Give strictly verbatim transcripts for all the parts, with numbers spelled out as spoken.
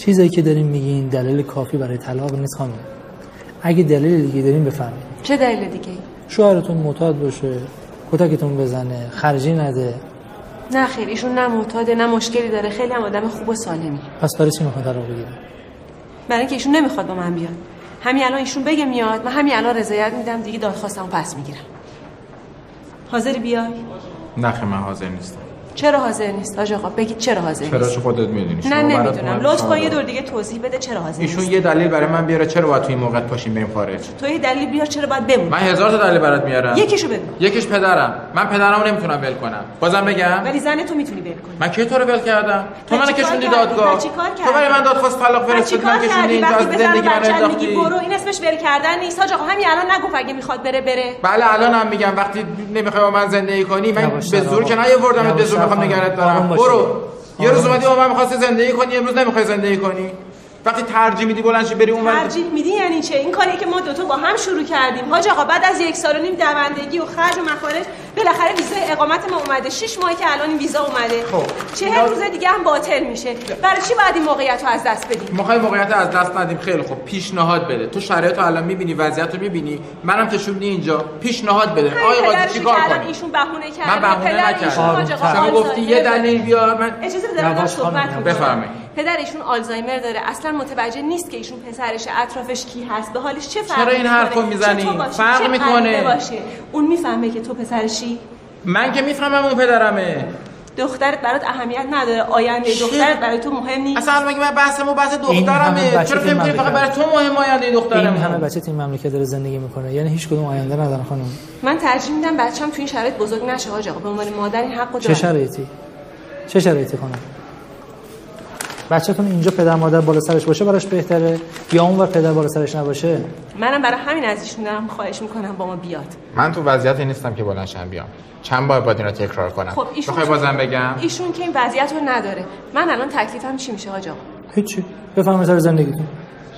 چیزایی که دارین میگین دلیل کافی برای طلاق نیست خانم. اگه دلیل دیگه دارین بفهمید. چه دلیل دیگه؟ شوهرتون معتاد باشه، کتکتون بزنه، خرجی نده. نه خیر، ایشون نه معتاده نه مشکلی داره، خیلی هم آدم خوب و سالمی. پس برای چی میخواد طلاق بگیره؟ برای اینکه ایشون نمیخواد با من بیاد. همین الان ایشون بگه میاد، من همین الان رضایت میدم، دیگه دادخواستمو پس میگیرم. حاضری بیای؟ نه خیر من حاضر نیستم. چرا حاضر نیست حاج آقا؟ بگید چرا حاضر نیست؟ چرا؟ چه خودت میدونی. نه نمیدونم، لطفا یه دور دیگه توضیح بده چرا حاضر نیست. ایشون یه دلیل برای من بیاره چرا باید تو این موقع پاشیم بریم خارج. تو یه دلیل بیار چرا باید بمونی. من هزار تا دلیل برات میارم. یکیشو بگو. یکیش پدرم. من پدرمو نمیتونم ول کنم. بازم بگم؟ ولی زن تو میتونی ول کنی. من کی تو رو ول کردم؟ تو منو کشوندی دادگاه. تو برای من دادخواست طلاق فرستادی، من کشوندی اینجا از زندگی من انداختی. برو، این اسمش ول کردن نیست حاج آقا. همین الان نگو اگه میخواد بره بره. بله الانم میگم وقتی نمیخوای با من زندگی کنی، من به زور که نیاوردم به زور میخوام نگرت دارم. برو. یه روز اومدی با من می‌خواستی زندگی کنی، امروز نمی‌خوای زندگی کنی. وقتی ترجیح میدی بلند شی بری اون ور. ترجیح میدی یعنی چه؟ این کاری که ما دو تا با هم شروع کردیم حاج آقا، بعد از یک سال و نیم دوندگی و خرج و مخارج بالاخره ویزای اقامت ما اومده. شش ماهی که الان این ویزا اومده. خب چهل روز دیگه هم باطل میشه. برای چی باید این موقعیت رو از دست بدیم؟ می‌خوای موقعیت رو از دست ندیم. خیلی خب پیشنهاد بده. تو شرایط رو الان می‌بینی، وضعیت رو می‌بینی، منم که شوندی اینجا. پیشنهاد بده. آقا قاضی چیکار کنی؟ ایشون بهونه کرد. من بهونه نکردم. شما گفتی یه دلیل بیار. من اجازه بده من صحبت کنم. بفرمایید. پدر ایشون آلزایمر داره، اصلا متوجه نیست که ایشون پسرش، اطرافش کی هست، به حالش چه فرقی. چرا این حرفو میزنی؟ فرق میکنه. باشه اون میفهمه که تو پسرشی؟ من که میفهمم اون پدرمه. دخترت برات اهمیت نداره؟ آینده دخترت برای تو مهم نیست؟ اصلا مگه من بحثمو بحث دخترمه؟ چرا فکر می‌کنی فقط برای تو مهم آینده دخترمه؟ این همه بچه تو این مملکت داره زندگی میکنه، یعنی هیچ کدوم آینده نداره خانم. من ترجیح میدم بچه‌م تو این شرایط بزرگ نشه حاج آقا. به عنوان مادر این حقو دارم. چه شرایطی؟ چه شرایطی خانم؟ بچه‌تون اینجا پدر مادر بالا سرش باشه براش بهتره یا اون ور پدر بالا سرش نباشه؟ منم برای همین از ایشون دارم خواهش میکنم با ما بیاد. من تو وضعیتی نیستم که بلندشم بیام. چند بار باید اینو تکرار کنم. خب ایشون بخوای بازم بگم؟ ایشون که این وضعیت رو نداره. من الان تکلیفم چی میشه حاج آقا؟ هیچی. بفهمید سر زندگیتون.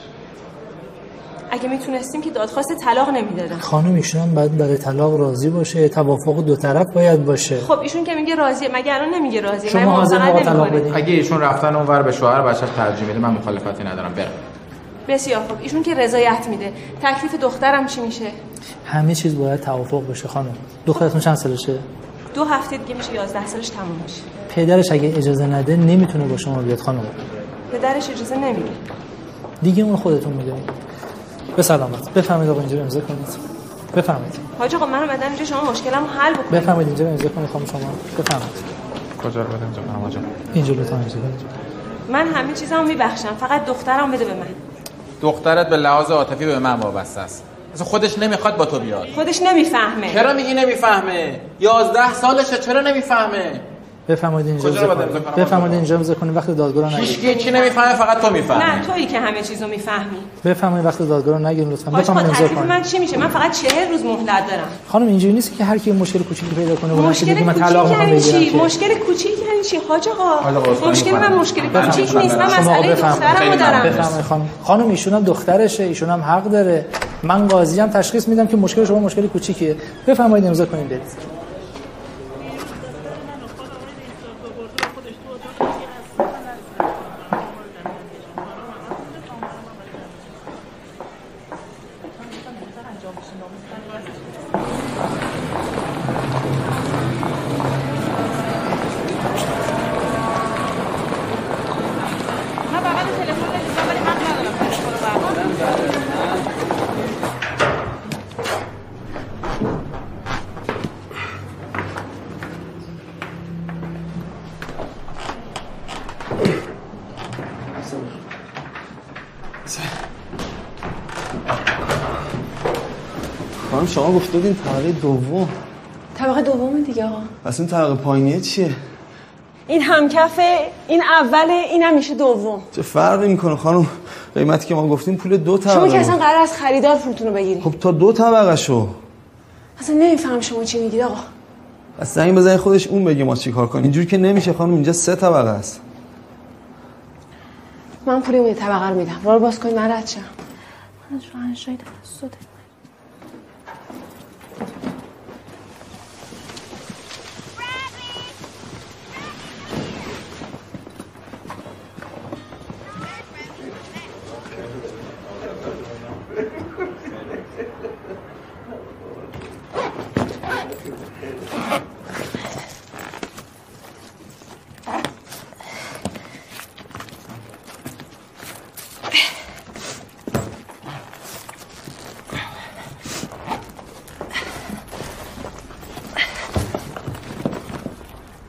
اگه میتونستیم که دادخواست طلاق نمیدادم. خانم ایشون هم باید برای طلاق راضی باشه، توافق دو طرف باید باشه. خب ایشون که میگه راضیه، مگه الان نمیگه راضیه؟ شما حاضر با طلاق بدین؟ اگه ایشون رفتن اونور به شوهر بچه‌ش ترجیح میده، من مخالفتی ندارم. برم. بسیار خوب. ایشون که رضایت میده، تکلیف دخترم چی میشه؟ همه چیز باید توافق بشه خانم. دخترتون چند سالشه؟ دو هفته دیگه میشه یازده سالش تموم میشه. پدرش اگه اجازه نده نمیتونه با شما بیاد خانم. پدرش اجازه نمیده. دیگه اون خودتون میدونید. به سلامت. بفرمایید آقا اینجا امضا کنید. بفرمایید. حاج آقا منم بعدن اینجا شما مشکلمو حل بکنید. بفرمایید اینجا امضا کنید خانم شما. بفرمایید. کجا رو بدم امضا کنم آقا؟ اینجا لطفا امضا کنید. من همه چیزامو میبخشم، فقط دخترم بده به من. دخترت به لحاظ عاطفی به من وابسته است. اصلا خودش نمیخواد با تو بیاد. خودش نمیفهمه. چرا میگی نمیفهمه؟ یازده سالشه، چرا نمیفهمه؟ بفرمایید اینجا امضا کنید. بفرمایید اینجا امضا کنید. وقت دادگاه رو نگیرید. هیچ کی نمیفهمه، فقط تو میفهمی. نه تویی که همه چیزو میفهمی. بفرمایید وقت دادگاه رو نگیرید لطفا. بفرمایید امضا کنید. من چی میشه؟ من فقط چهل روز مهلت دارم. خانم اینجوری نیست که هر کی مشکل کوچیکی پیدا کنه مشکل کوچیکی من طلاق میخوام بگیرم. مشکل کوچیکی یعنی چی حاج آقا؟ مشکل من مشکل کوچیک نیست. من مسئله دخترمو دارم. بفرمایید خانم. خانم ایشون هم دخترشه، ایشون هم حق داره. من قاضی ام تشخیص میدم که مشکل شما مشکل کوچیکیه. بفرمایید امضا کنید برید. خانم شما گفته بودین طبقه دوم. طبقه دوم دیگه آقا. پس این طبقه پایینیه چیه؟ این همکفه، این اوله، اینم میشه دوم. چه فرقی میکنه خانم؟ قیمتی که ما گفتیم پول دو طبقه. شما که اصلا قرار از خریدار پولتون رو بگیرید. خب تا دو طبقه شو. اصلا نمیفهم شما چی میگید آقا. اصلا این بزنید خودش اون بگه ما چی کار کنیم. اینجوری که نمیشه خانم، اینجا سه طبقه است. من پول اون طبقه رو میدم. وارو باز کنید من رد شم. من از شاهنشاهی توسطه.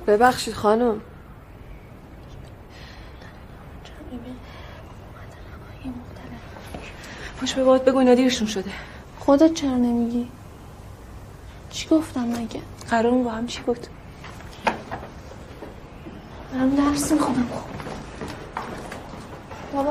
ببخشید خانم. پاش به باد بگو اینا دیرشون شده. خودت چرا نمیگی؟ چی گفتم مگه؟ قرارمون با هم چی بود؟ دارم درس میخونم. بابا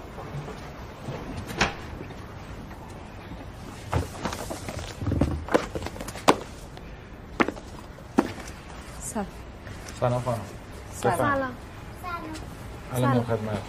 سلام. سلام خانم. سلام. سلام. الان میام خدمت.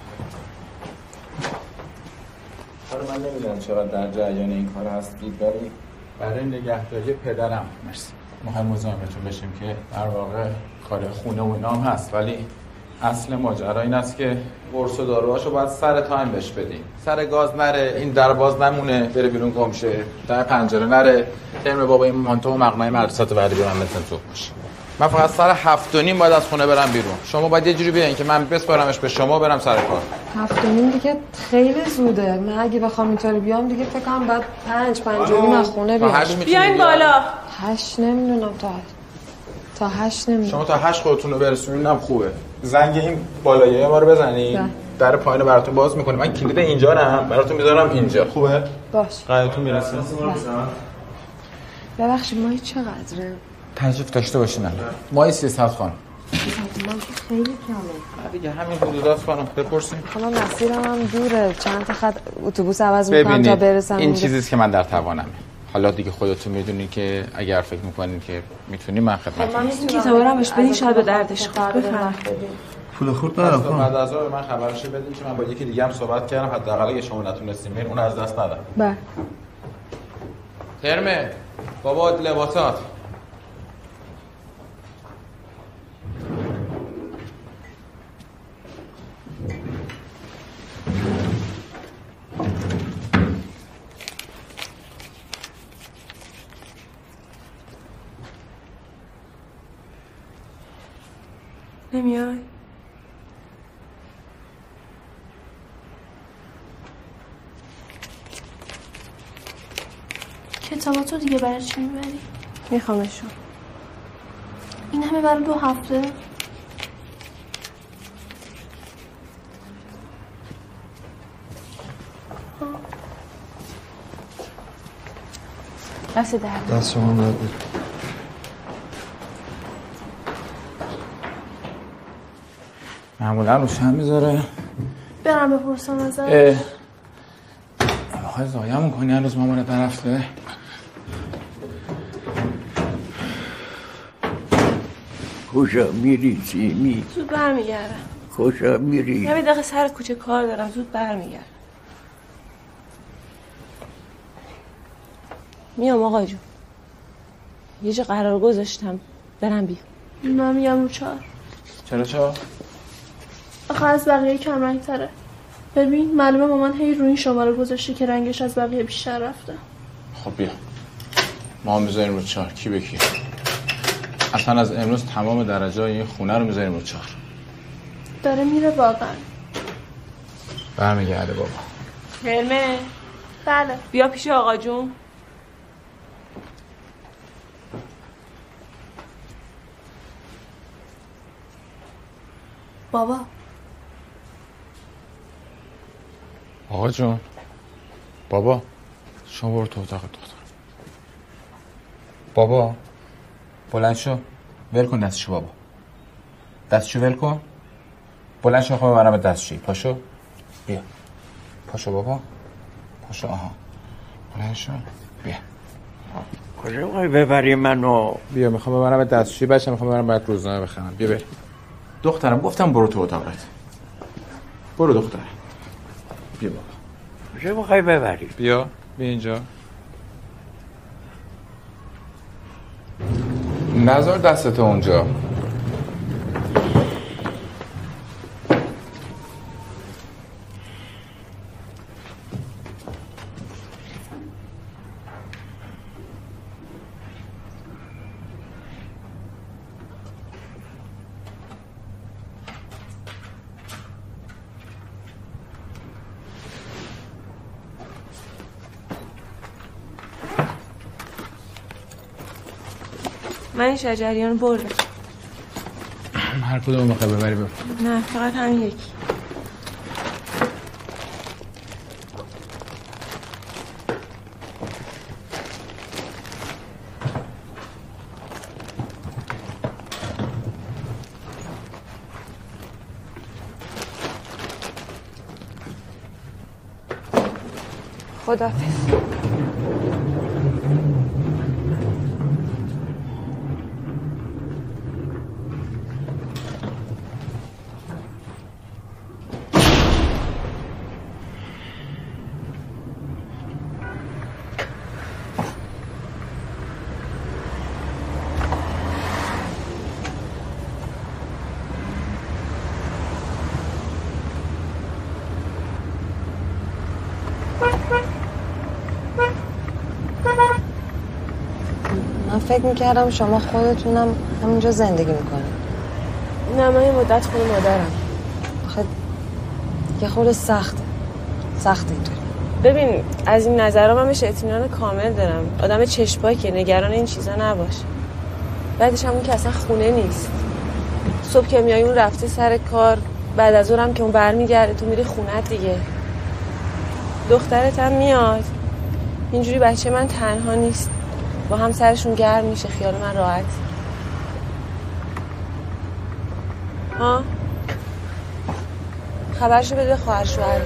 حالا من نمیدونم چقدر در جریان این کار هستید ولی برای نگهداری پدرم مرسی مهم مزاحمتون بشیم که در واقع کار خونه و نام هست، ولی اصل ماجرا این است که قرص و داروهاشو باید سر تایم بهش بدیم. سر گاز نره، این در باز نمونه، بره بیرون گم شه، در پنجره نره. ترم بابا این مانتو و مقنعه مدرسات بعدی به من مثل تو باشه. من فقط سر هفت و نیم باید از خونه برم بیرون. شما باید یه جوری بیاین که من بسپارمش به شما برم سر کار. هفت و نیم دیگه خیلی زوده. من اگه بخوام اینطوری بیام دیگه فکر کنم بعد پنج پنج و نیم از خونه بیام. بیاین بالا. هشت نمیدونم تا هشت. تا هشت نمیدونم. شما تا هشت خودتون رو برسونین هم خوبه. زنگ این بالاییه ما رو بزنین. در پایین براتون باز میکنه. من کلید اینجا رم براتون میذارم اینجا. خوبه؟ باش. قایتون میرسه. ببخشید ماهی چقدره؟ تشریف داشته باشین الان. ماهی سیصد خانم. من که خیلی کمه. دیگه همین حدوداست خانم. بپرسین. خانم مسیرم هم دوره. چند تا خط اتوبوس عوض میکنم تا برسم. این چیزیه که من در توانمه. حالا دیگه خودتون میدونین که اگر فکر میکنین که میتونین من خدمتتون هستم. این کتابا رو بهش بدین شاید به دردش بخوره. پول خورد ندارم خانم. بعد از اون به من خبرش بدین که من با یکی دیگه هم صحبت کردم، حداقل اگه شما نتونستین ببین اون از دست ندم. بله. ترمه بابا لباسات. نمیای؟ کتاباتو دیگه برای چی میبری؟ میخوامشون. این همه برای دو هفته؟ دست درد. دست شما درد. معمولا روشن میذاره. برم بپرسم ازش. آخه زایه میکنی هنوز مامانت نرفته؟ کجا میری سیمی؟ زود برمیگردم. کجا میری؟ یه دقیقه سر کوچه کار دارم، زود برمیگردم. میام آقا جون. یه جا قرار گذاشتم برم بیا. من میام رو چهار. چرا چهار؟ آخه از بقیه کم رنگ تره. ببین معلومه مامان هی روی این شماره گذاشته که رنگش از بقیه بیشتر رفته. خب بیا ما هم میذاریم رو چهار. کی به کی؟ اصلا از امروز تمام درجه های این خونه رو میذاریم رو چهار. داره میره واقعا. برمیگرده بابا. هرمه. بله. بیا پیش آقا جون. بابا. آقا جون. بابا. شما برو تو اتاق دختر. بابا. بلند شو. ول کن دستشو بابا. دستشو ول کن. بلند شو خواهم برم دستشویی. پاشو. بیا. پاشو بابا. پاشو. آها. بلند شو. بیا. کجا میخوای ببری منو؟ بیا میخوام ببرم دستشویی بچه میخوام ببرم برات روزنامه بخرم. بیا بریم. دخترم گفتم برو تو اتاقت. برو دختر. بیا بابا. کجا میخوای ببری؟ بیا. بیا اینجا. نذار دستتو اونجا. من این شجریان بردم. هر کدوم میخوای ببری ببر. نه فقط همین یکی. خداحافظ. من فکر میکردم شما خودتونم همینجا زندگی میکنید. نه من یه مدت خونه مادرم. آخه یه خورده سخته سخته اینطوری. ببین از این نظرها من بهش اطمینان کامل دارم. آدم چشم‌پاکه، نگران این چیزا نباش. بعدش همون که اصلا خونه نیست. صبح که میای اون رفته سر کار، بعد از اونم که اون برمیگرده تو میری خونت دیگه. دخترت هم میاد. اینجوری بچه من تنها نیست. با هم سرشون گرم میشه، خیال من راحت. ها خبرشو بده خواهر شوهرت.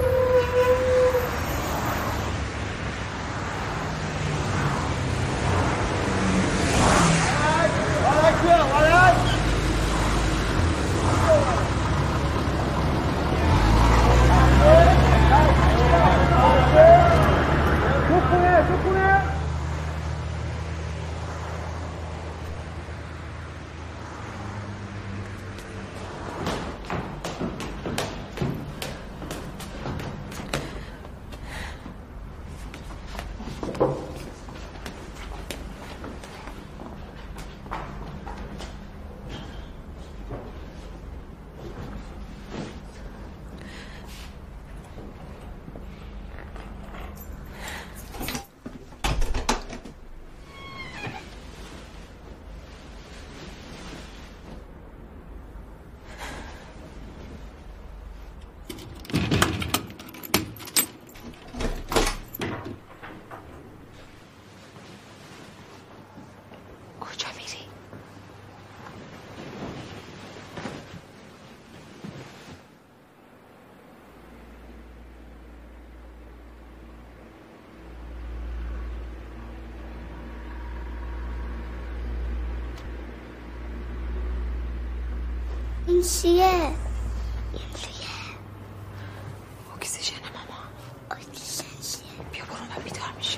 این چیه؟ این چیه؟ اکسیژن ماما. اکسیژن چیه؟ بیا برو من بیدار میشه.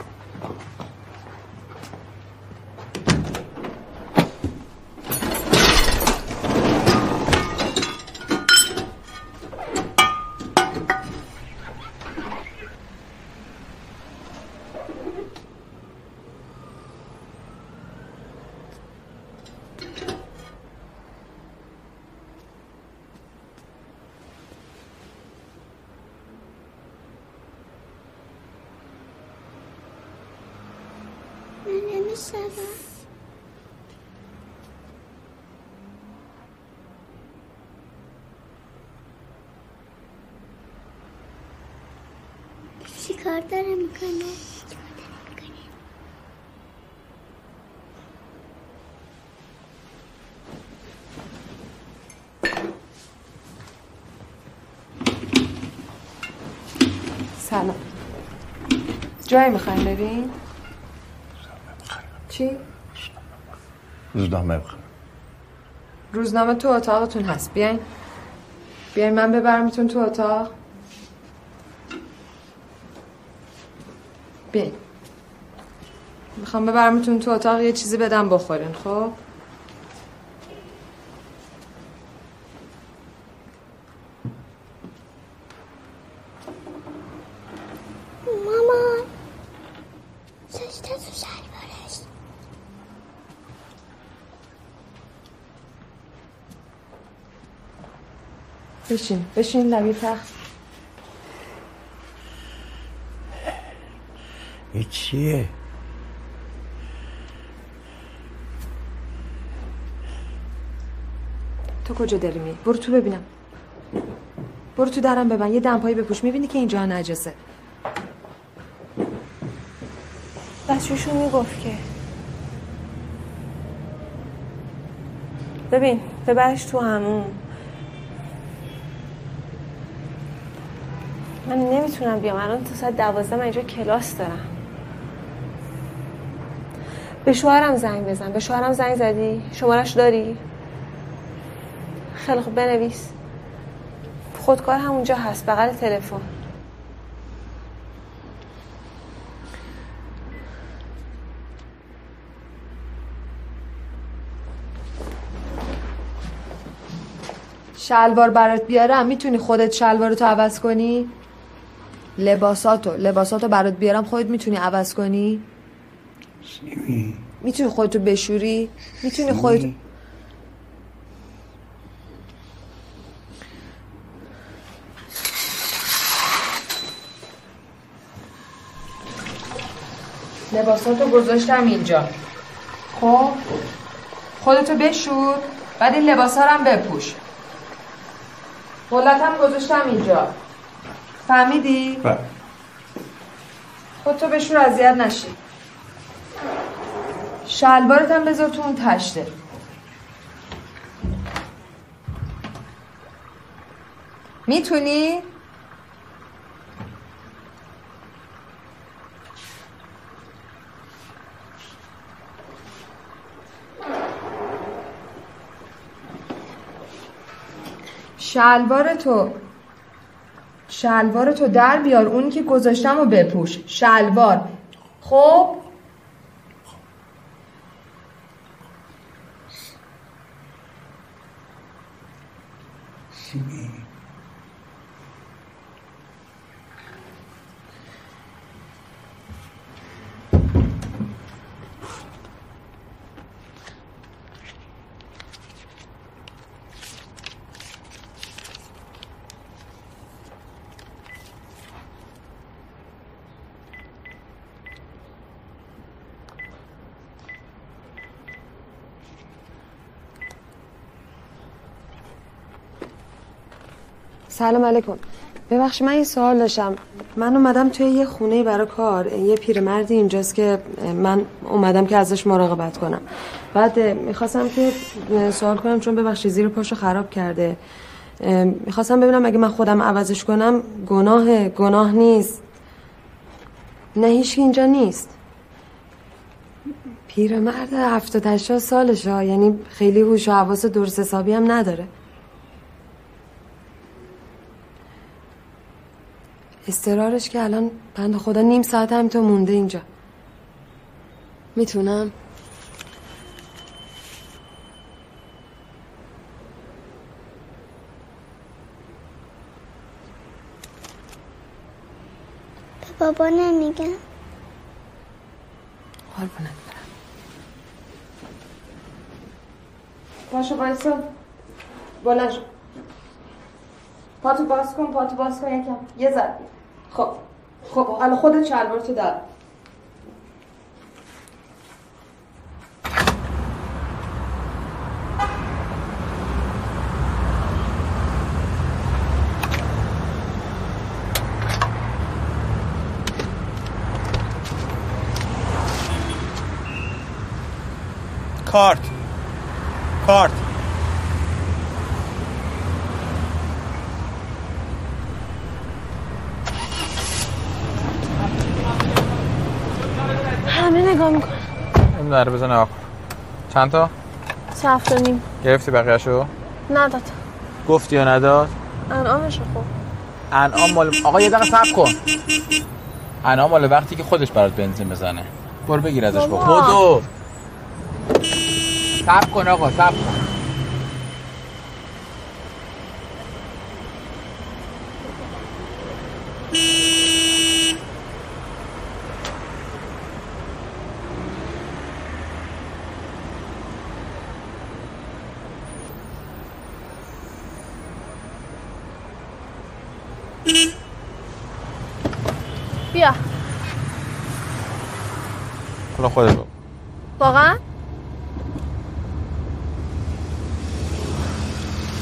چی کار داره میکنه؟ سلام. جایی میخوایم بریم؟ چی؟ روزنامه بخونم. روزنامه تو اتاقتون هست. بیاین بیاین من ببرمتون تو اتاق. بیاین میخوام ببرمتون تو اتاق یه چیزی بدم بخورین. خب مامان سجده تو شلوارش. بشین بشین لبی تخت. این چیه؟ کجا داری میری؟ برو تو ببینم. برو تو درم ببند، یه دمپایی بپوش، میبینی که اینجا نجسه. بچه‌شون میگفت که ببین ببرش تو همون. من نمیتونم بیام الان تا ساعت دوازده من اینجا کلاس دارم. به شوهرم زنگ بزن. به شوهرم زنگ زدی؟ شمارش داری؟ خیلی خوب بنویس. خودکار همونجا هست بغل تلفن. شلوار برات بیارم میتونی خودت شلوارتو عوض کنی؟ لباساتو لباساتو برات بیارم خودت میتونی عوض کنی؟ سیمی میتونی خودتو بشوری؟ میتونی خودت لباساتو گذاشتم اینجا. خب خودتو بشور بعد این لباسا رو هم بپوش. ولتم گذاشتم اینجا. فهمیدی؟ بله. خودتو بشور اذیت نشی. شلوارت هم بذار تو اون تشته. میتونی؟ شلوارتو شلوارتو در بیار، اونی که گذاشتم رو بپوش. شلوار. خب سیمی سلام علیکم. ببخشید من یه سوال داشتم. من اومدم توی یه خونه برای کار. یه پیرمردی اینجاست که من اومدم که ازش مراقبت کنم. بعد میخواستم که سوال کنم چون ببخشید زیر پاشو خراب کرده. میخواستم ببینم اگه من خودم عوضش کنم گناه گناه نیست؟ نه هیچ اینجا نیست. پیرمرد هفتاد هشتاد سالشه، یعنی خیلی هوش و حواس درست حسابی هم نداره. استرارش که الان بنده خدا نیم ساعت هم تو مونده اینجا. میتونم؟ به بابا نمیگم. قربونت برم. باشه بایستا. بلند شو. پاتو باز کن، پاتو باز کن یکم. یه ذره. خب خب حالا خودت شلوارتو در. کارت کارت همه نگاه میکنم. این داره بزن نگاه کن. چند تا؟ سه هفت و نیم. گرفتی بقیه‌شو؟ نداد. گفتی یا نداد؟ انعامشو خب. انعام مال آقا یه دقیقه صبر کن. انعام مال وقتی که خودش برات بنزین بزنه. برو بگیر ازش با خودو. صبر کن آقا صبر کن. بیا. حالا خودت برو. واقعا؟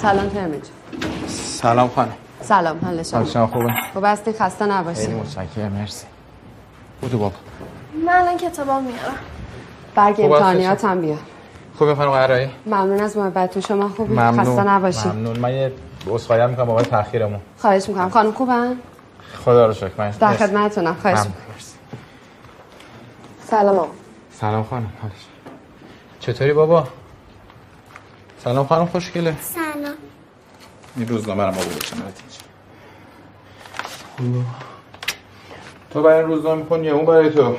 سلام ترمج. سلام خانم. سلام، حال شما؟ حال شما خوبه؟ خب هستی، خسته نباشی. خیلی متشکرم، مرسی. بودو بابا. من الان کتابا میارم. برگ امتحانیاتم بیار. خوبه خانم قرایی؟ ممنون از محبتتون. شما خوبی؟ ممنون. خسته نباشی. ممنون. من یه عذرخواهی میکنم بابت تاخیرمون. خواهش میکنم. خانم خوبن؟ خدا رو شکر. من در خدمتتونم. خواهش میکنم. سلام. سلام خانم. حالش چطوری بابا؟ سلام خانم، خوشگله. سلام. این روزنامه رو ما بودشم تو برای روزنامه میکنی یا اون برای تو؟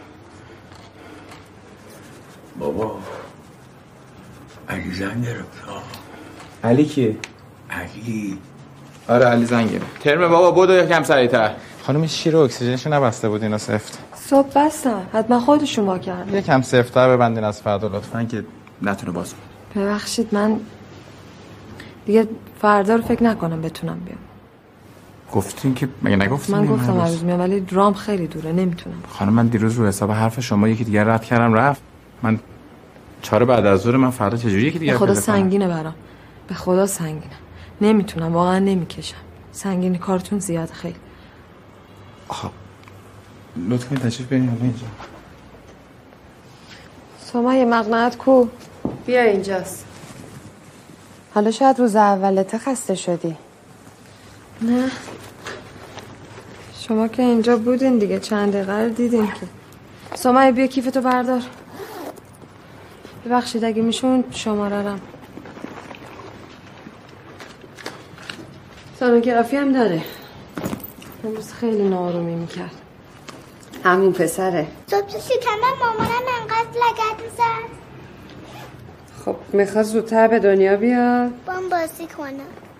بابا علی زنگ گرفت. علی کیه؟ علی. آره علی زنگ گرفت. ترم بابا بدو یکم سریعتر. خانم شیر اکسیژنشو نبسته بود اینا سفت. صبح بستم. حتما خودشون وا کردن. یکم سفت‌تر ببندین از فردا لطفاً که نتونه باز کنه. ببخشید من دیگه فردا رو فکر نکنم بتونم بیام. گفتین که مگه نگفتین؟ من گفتم هر روز میام ولی رام خیلی دوره نمیتونم. خانم من دیروز رو حساب حرف شما یکی دیگه رد کردم رفت. من چهار بعد از ظهر من فردا چجوری یکی دیگه؟ به خدا سنگینه برام. به خدا سنگینه. نمیتونم واقعا نمیکشم. سنگینی کارتون زیاد خیلی. خب لطفاً کنید تشریف بیارین اینجا. شما یه مقنعت کو؟ بیا اینجاست. حالا شاید روز اولته خسته شدی. نه شما که اینجا بودین دیگه چند دقیقه رو دیدین که. سمایه بیا کیفتو بردار. ببخشید اگه میشون شماره رم. سونوگرافی هم داره. امروز خیلی ناآرومی میکرد. همون پسره. صبح تو شکمم مامانم انقدر لگد میزد. خب میخواد زودتر به دنیا بیاد. با هم بازی کنم.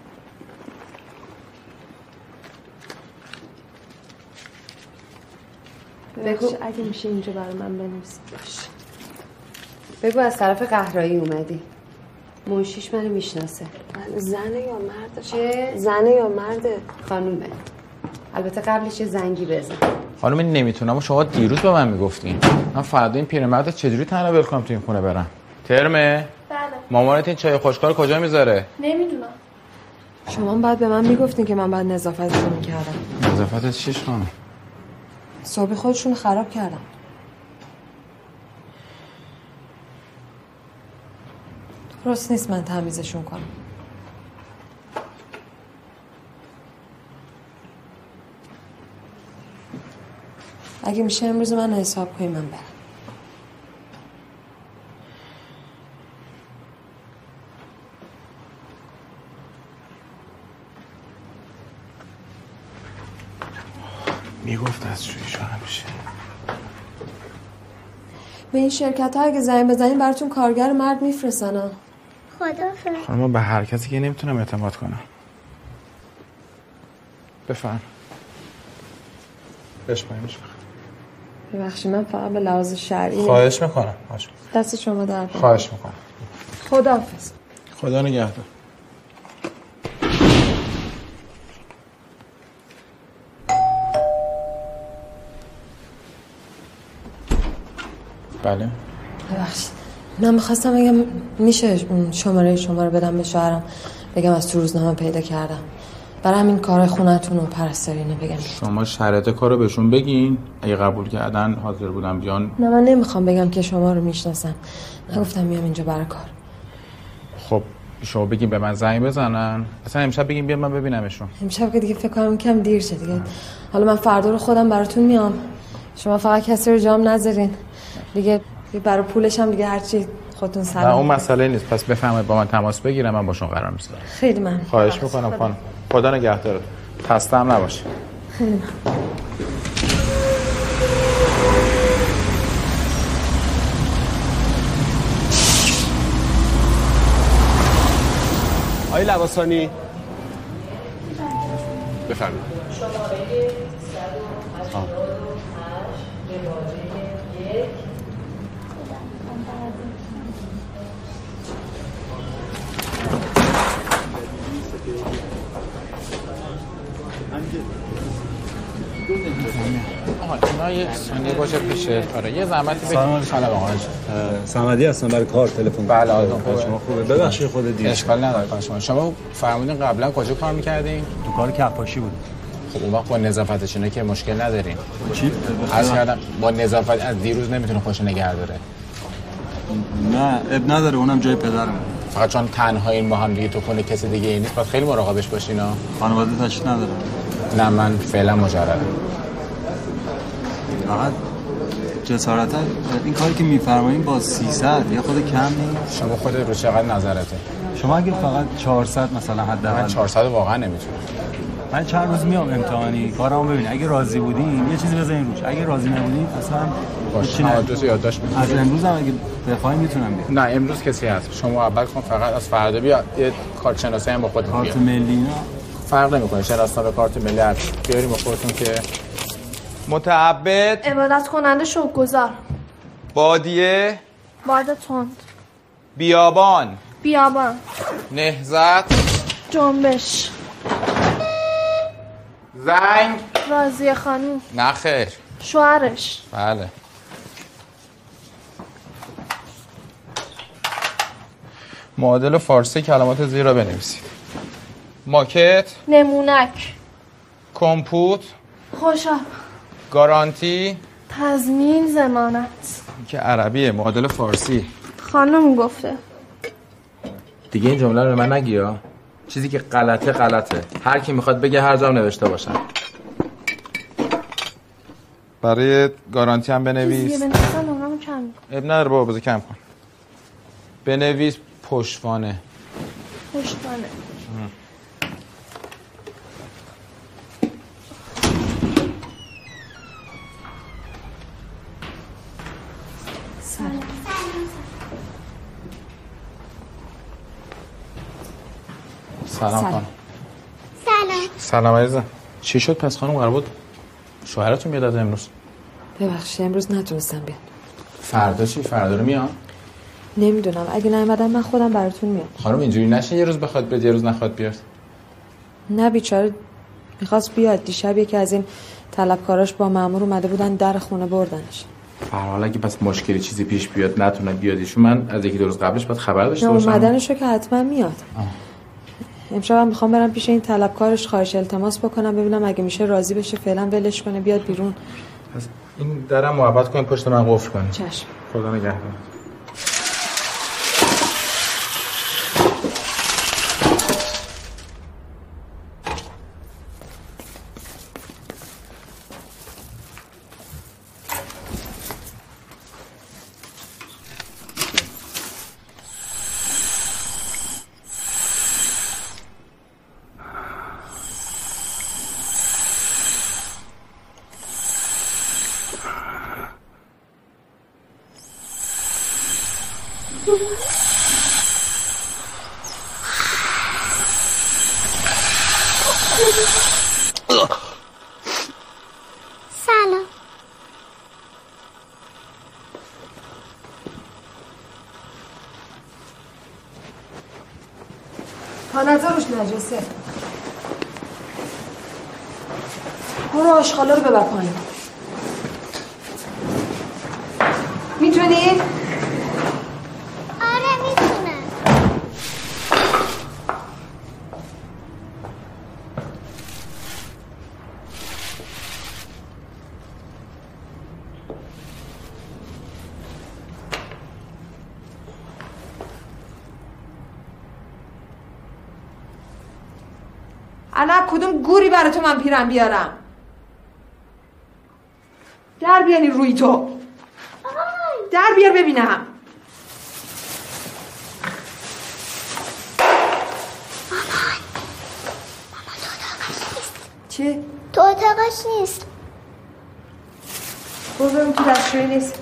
بگو اگه میشه اینجا برای من بنویس. باشه. بگو از طرف قهرایی اومدی. منشیش منو میشناسه. زنه یا مرده؟ چه؟ زنه یا مرده؟ خانومه. البته قبلش یه زنگی بزن. خانم این نمیتونم و شما دیروز به من میگفتین. من فردا این پیرمرد چجوری تنها ول کنم تو این خونه برم؟ ترمه؟ بله. مامانت این چای خوشکار کجا میذاره؟ نمیدونم. شما بعد به من میگفتین که من بعد نظافتتون میکردم. نظافت چیش خانم؟ صبح خودشون خراب کردم. درست نیست من تمیزشون کنم. اگه میشه امروز من حساب کنی من برم. میگفت از شویشو همیشه. به این شرکت ها اگه زنگ بزنین براتون کارگر مرد میفرستن. خدافظ. خانم به هر کسی که نمیتونم اعتماد کنم. بفهم. بشمایمش بخوام. ببخشید من فقط به لحاظ شرعی. خواهش میکنم. دست شما در بیاره. خواهش میکنم. خداحافظ. خدا نگهدار. بله. ببخشید من میخواستم بگم میشه اون شماره شما رو بدم به شوهرم بگم از تو روزنامه پیدا کردم. برای همین کار خونتون و پرستارینه بگم. شما شرایط کارو بهشون بگین اگه قبول کردن حاضر بودم بیان. نه من نمیخوام بگم که شما رو میشناسم. من گفتم میام اینجا برای کار. خب شما بگین به من زنگ بزنن. اصلا امشب بگین بیام من ببینمشون. امشب که دیگه فکر کنم کم دیر شد دیگه. حالا من فردا رو خودم براتون میام. شما فقط کسی رو جام نذارین. دیگه برای پولش هم دیگه هرچی خودتون سلام. نه اون مسئله نیست. پس بفهمید با من تماس بگیرم من باشون قرار میذارم. خیلی ممنون. خواهش میکنم خانم. خدا نگهدارت. خسته هم نباشه. خیلی ممنون. آقای لواسانی بفرمایید. آها اینا یه ثانیه باشه پیشه. آره یه زحمتی بگید. سلام آقا. صمدی هستم برای کار تلفن. بله آقا شما خوبه؟ ببخشید خود دیر. اشکال نداره شما. شما فرمودین قبلا کجا کار می‌کردین؟ تو کار کفاشی بود. خب اون وقت با نظافتش اینا که مشکل ندارین. چی؟ عرض کردم با نظافت از دیروز نمیتونه خوش نگه داره. نه اب نداره اونم جای پدرم. فقط چون تنهایین با هم دیگه تو خونه کسی دیگه ای نیست باید خیلی مراقبش باشین ها. خانواده تشریف نداره. نه من فعلا مجردم. فقط جسارتا این کاری که میفرمایید با سیصد یا خود کم نیست؟ شما خود رو چقدر نظرته؟ شما اگه فقط چهارصد مثلا حداقل. من چهارصد واقعا نمیتونم. من چند روز میام امتحانی کارامو ببین اگه راضی بودین یه چیزی بزنین روش، اگه راضی نبودین اصلا باشه آدرس یادداشت می‌کنم. از امروز هم اگه بخواید میتونم بیام. نه امروز کسی هست. شما اول کن فقط از فردا بیا یه کارت شناسی هم با خودت بیار. کارت ملی نه فرق نمی‌کنه شناسنامه کارت ملی هست. بیاریم با خودتون که متعبد عبادت کننده شوک‌گزار بادیه باد تند بیابان بیابان نهضت جنبش زنگ راضیه خانم نه خیر شوهرش بله معادل فارسی کلمات زیر را بنویسید. ماکت نمونک کمپوت خوشحال گارانتی تضمین ضمانت که عربیه معادل فارسی خانم گفته دیگه این جمله رو به من نگی ها. چیزی که غلطه غلطه. هر کی میخواد بگه هر جا نوشته باشن. برای گارانتی هم بنویس. چیزی بنویسن نمرمو کم میکن. اب نداره بابا بذار کم کن. بنویس پشتوانه. پشتوانه. سلام. سلام خانم. سلام. سلام عزیزم. چی شد پس خانم؟ قرار بود شوهرتون بیاد امروز. ببخشید امروز نتونستم بیام. فردا چی؟ فردا رو میام؟ نمیدونم اگه نیومدم من خودم براتون میام. خانم اینجوری نشه یه روز بخواد بیاد یه روز نخواد بیاد. نه بیچاره میخواست بیاد. دیشب یکی از این طلبکاراش با مأمور اومده بودن در خونه بردنش. فرحال اگه پس مشکلی چیزی پیش بیاد نتونه بیادیشون من از یکی دو روز قبلش باید خبر داشته باشم. اومدنشو که حتما میاد. امشب هم میخوام برم پیش این طلبکارش خواهش التماس بکنم ببینم اگه میشه راضی بشه فعلا ولش کنه بیاد بیرون. پس این درم محبت کنید پشت من قفل کنید. چشم. خدا نگهدار. سلام. پانزه روش نجسه. برو آشغالا رو ببر پایین. میتونی؟ آره میتونم. الان کدوم گوری برای تو من پیرم بیارم؟ در بیانی روی تو. در بیار ببینم. چی؟ تو اتاقش نیست. برو بریم تو دستشویی نیست.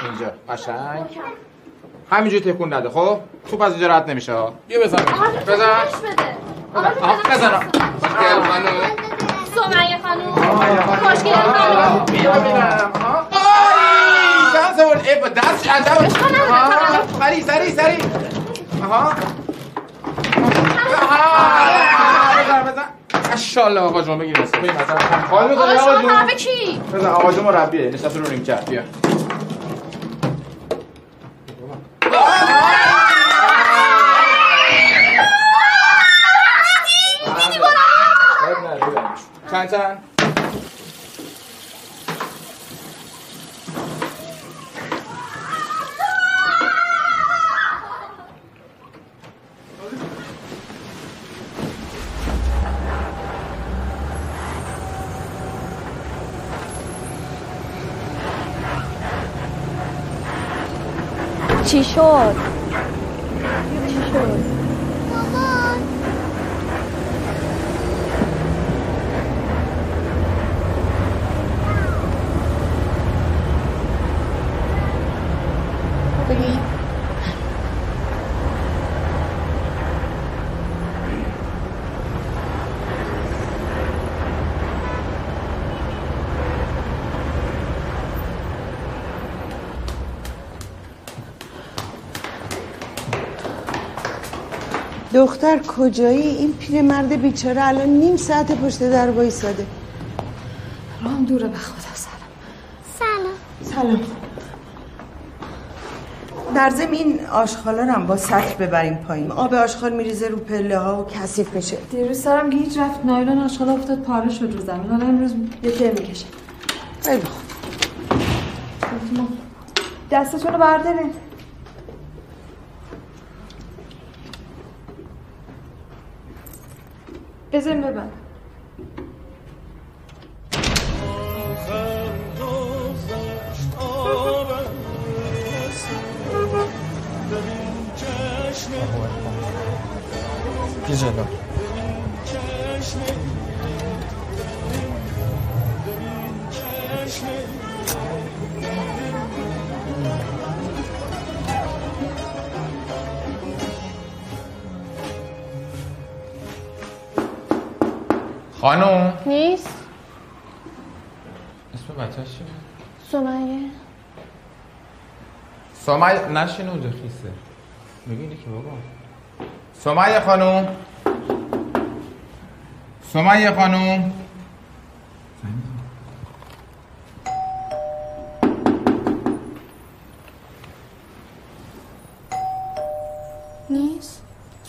اینجا قشنگ همینجور تکون نده. خب توپ از اینجا رد نمیشه ها. بیا بزن بزن آها بزن خوشگل خانوم سمیه خانوم خوشگل خانوم بیا ببینم ها آی چند سوال ای با دست عجب سری سری سری آها آها بزن بزن ماشاءالله آقا جون بگیر است ببین مثلا حال می‌کنی آقا جون مربی کی بزن آقا جون مربیه نشسته رو نیم کرد. بیا چند چند چی شد؟ چی شد؟ مامان بگی دختر کجایی؟ این پیرمرد بیچاره الان نیم ساعت پشت در وایساده. راهم دوره به خدا. سلام سلام سلام. در ضمن این آشغالا رو هم با سطل ببریم پایین. آب آشغال میریزه رو پله ها و کثیف میشه. دیروز سرم گیج رفت نایلون آشغال افتاد پاره شد رو زمین. حالا امروز یه تر میکشه. خیلی خوب. دستتون رو بردارین. بزن ببن. بی جلو خانم نیست اسم بچه‌ش چیه؟ سمیه سمیه نشین اونجا خیسه میبینی که بابا سمیه خانم سمیه خانم نیست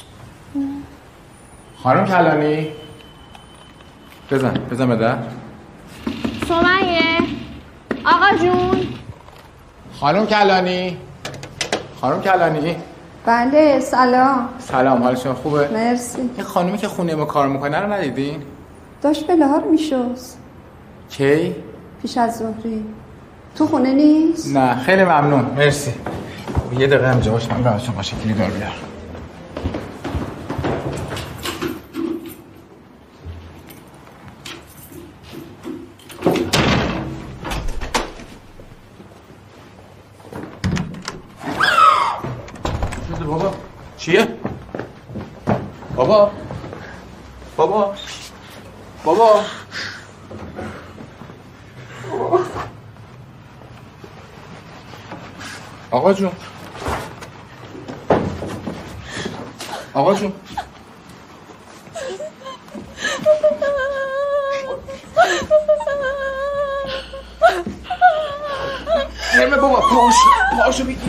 خانم کلانی بزن بزن به در سمیه آقا جون خانم کلانی خانم کلانی بله سلام سلام حال شما خوبه؟ مرسی. این خانومی که خونه ما کار میکنه رو ندیدین؟ داشت به لحار میشست کی؟ پیش از ظهری تو خونه نیست؟ نه خیلی ممنون مرسی. یه دقیقه هم جواش من برای شما شکلی دار بیار. بابا چیه؟ بابا بابا بابا آقا جون آقا جون نرمه بابا پاشو پاشو بگیر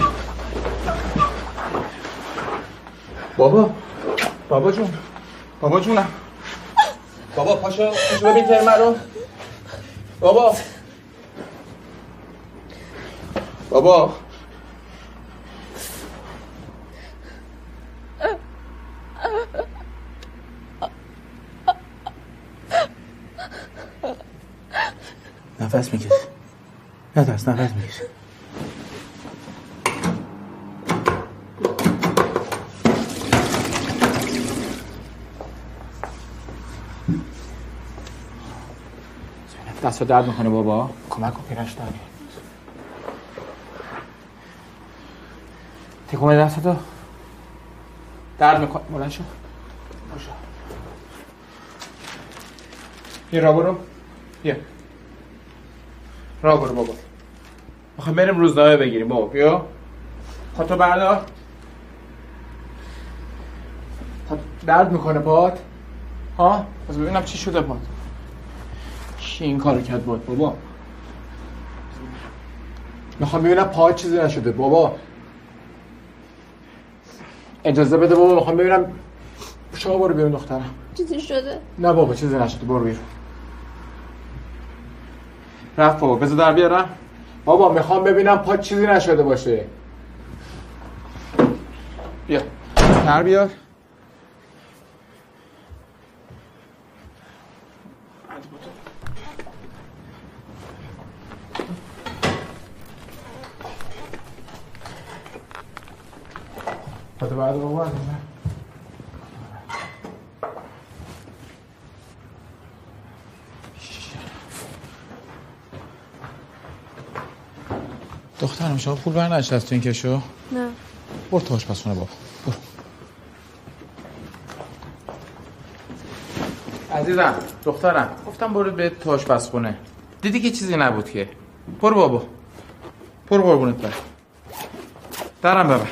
بابا بابا جون بابا جونم بابا پاشو پاشو ببین ترمه رو بابا بابا نفس میکش نفس نفس میکش دست درد میکنه بابا کمک کن پیرش داری تکون دستتو. درد میکنه. بلند شو. باشه. یه را برو. یه. را برو بابا. میخوایم بریم روزنامه بگیریم بابا. بیا. خودتو بردار. درد میکنه پات؟ ها؟ از ببینم چی شده پات. کی این کارو کرد بود بابا؟ میخوام ببینم پات چیزی نشده بابا. اجازه بده بابا، میخوام ببینم. شما برو بیرون دخترم. چیزی شده؟ نه بابا چیزی نشده، برو بیرون. رفت بابا، بذار در بیارم. بابا میخوام ببینم پات چیزی نشده باشه. بیا در بیار. پاتو بعد رو باید دخترم شما پول برنشت از تو این کشو؟ نه. برو تو آشپزخونه بابا. برو. عزیزم دخترم گفتم برو به تو آشپزخونه. دیدی که چیزی نبود که. برو بابا. برو قربونت برم. درم ببر.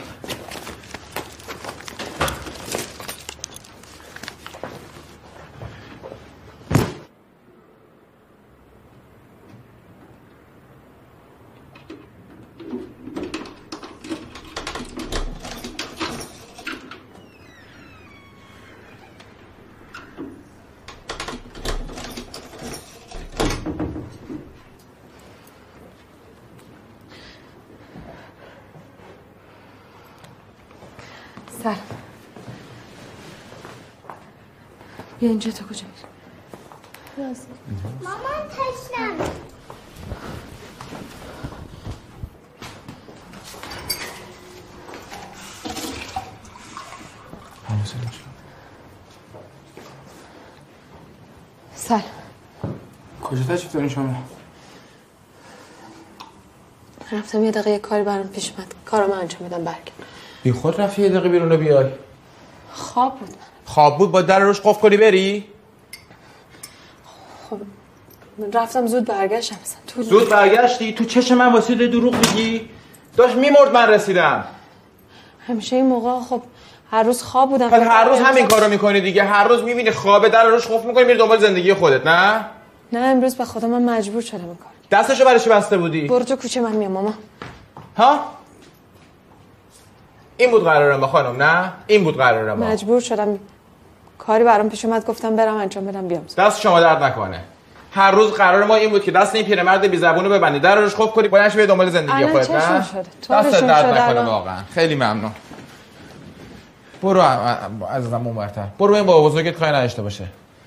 سر بیا اینجا. تو کجا میری؟ مامان تشنم. سر کجا تشریف دارین شما؟ رفتم یه دقیقه یه کاری برام پیش اومد، کارامو انجام بدم برگردم. بی خود رفتی یه دقیقه بیرون رو بیای؟ خواب بود. خواب بود با در روش قفل کنی بری؟ خب رفتم زود برگشتم. تو زود برگشتی؟ تو چشم من واسه دروغ میگی؟ داشت میمرد من رسیدم. همیشه این موقع خب هر روز خواب بودم. پس هر روز همین کارو میکنی دیگه. هر روز میبینی خوابه در روش قفل میکنی میری دنبال زندگی خودت، نه؟ نه امروز به خدا من مجبور شدم این کار. دستشو برای چی بسته بودی؟ برو تو کوچه من میام ماما. ها؟ این بود قراره ما خانم، نه؟ این بود قراره ما. مجبور شدم، کاری برام پیش اومد گفتم برم انجام بدم بیام. دست شما درد نکنه. هر روز قرار ما این بود که دست این پیرمرد بی زبونو ببندی، در روش خوب کنی، بلنش به دنبال زندگی خودت، نه؟ دست درد نکنه واقعا. خیلی ممنون. برو عزیزم اونورتر. برو این بابا بزرگت کاری نداشته باشه.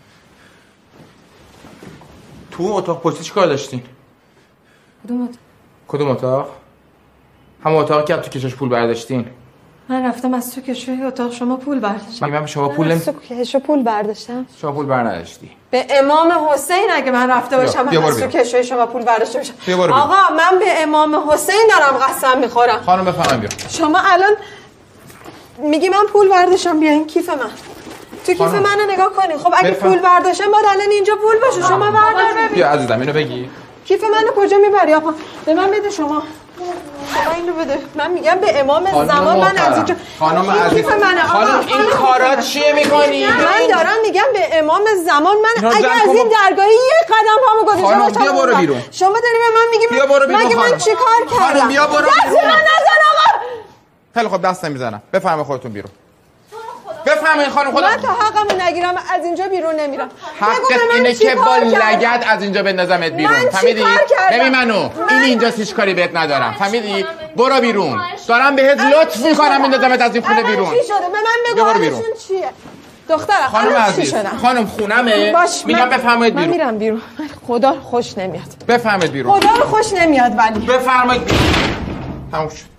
تو اتاق پشتی چیکار داشتین؟ کدوم اتاق؟ کدوم اتاق؟ همون اتاقی که تو کشش پول برداشتین. من رفتم از تو کشوی اتاق شما پول برداشتم. من به شما پول نمی... از تو کشو پول برداشتم. شما پول برداشتی. به امام حسین اگه من رفته باشم من از تو کشوی شما پول برداشته باشم. آقا من به امام حسین دارم قسم میخورم. خانم بفهمم بیا. شما الان میگی من پول برداشتم، بیا این کیف من. تو کیف منو نگاه کنی. خب اگه بفهم. پول برداشتم باید الان اینجا پول باشه. شما بردار ببین. بیا عزیزم اینو بگی. کیف منو کجا میبری آقا؟ به من بده شما. شما اینو بده. من میگم به امام زمان من از اینجا. خانم عزیز. خانم این کارا چیه میکنی؟ من دارم میگم به امام زمان من اگه از این درگاهی یه قدم پامو گذاشتم. خانم بیا برو بیرون. شما داری به من میگی بیا برو بیرون. مگه من چیکار کردم؟ خانم بیا برو بیرون. دست من نزن آقا. خیلی خب دست نمیزنم. بفرمایید خودتون بیرون. بفرمایید خانم خودم. من تا حقمو نگیرم از اینجا بیرون نمیرم. حقت اینه که با لگد از اینجا بندازمت بیرون. فهمیدی؟ ببین منو. این اینجا هیچ کاری بهت ندارم. فهمیدی؟ برو بیرون. دارم بهت لطف میکنم میندازمت از این خونه بیرون. چی شده؟ به من بگو بیرون. چیه؟ دخترم خانم عزیز. خانم خونمه. میگم بفرمایید بیرون. من میرم بیرون. خدا خوش نمیاد. بفرمایید بیرون. خدا رو خوش نمیاد ولی. بفرمایید بیرون. تموم شد.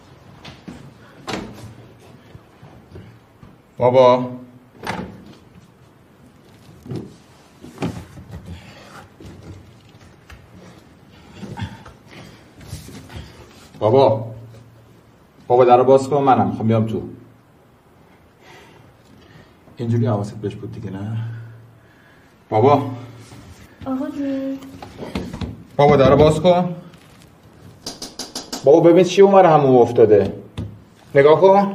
بابا بابا بابا درو باز کن، منم میخوام بیام تو. اینجوری حواست بهش بود دیگه نه؟ بابا آقا جون بابا درو باز کن. بابا ببین چی اونور همون افتاده. نگاه کن.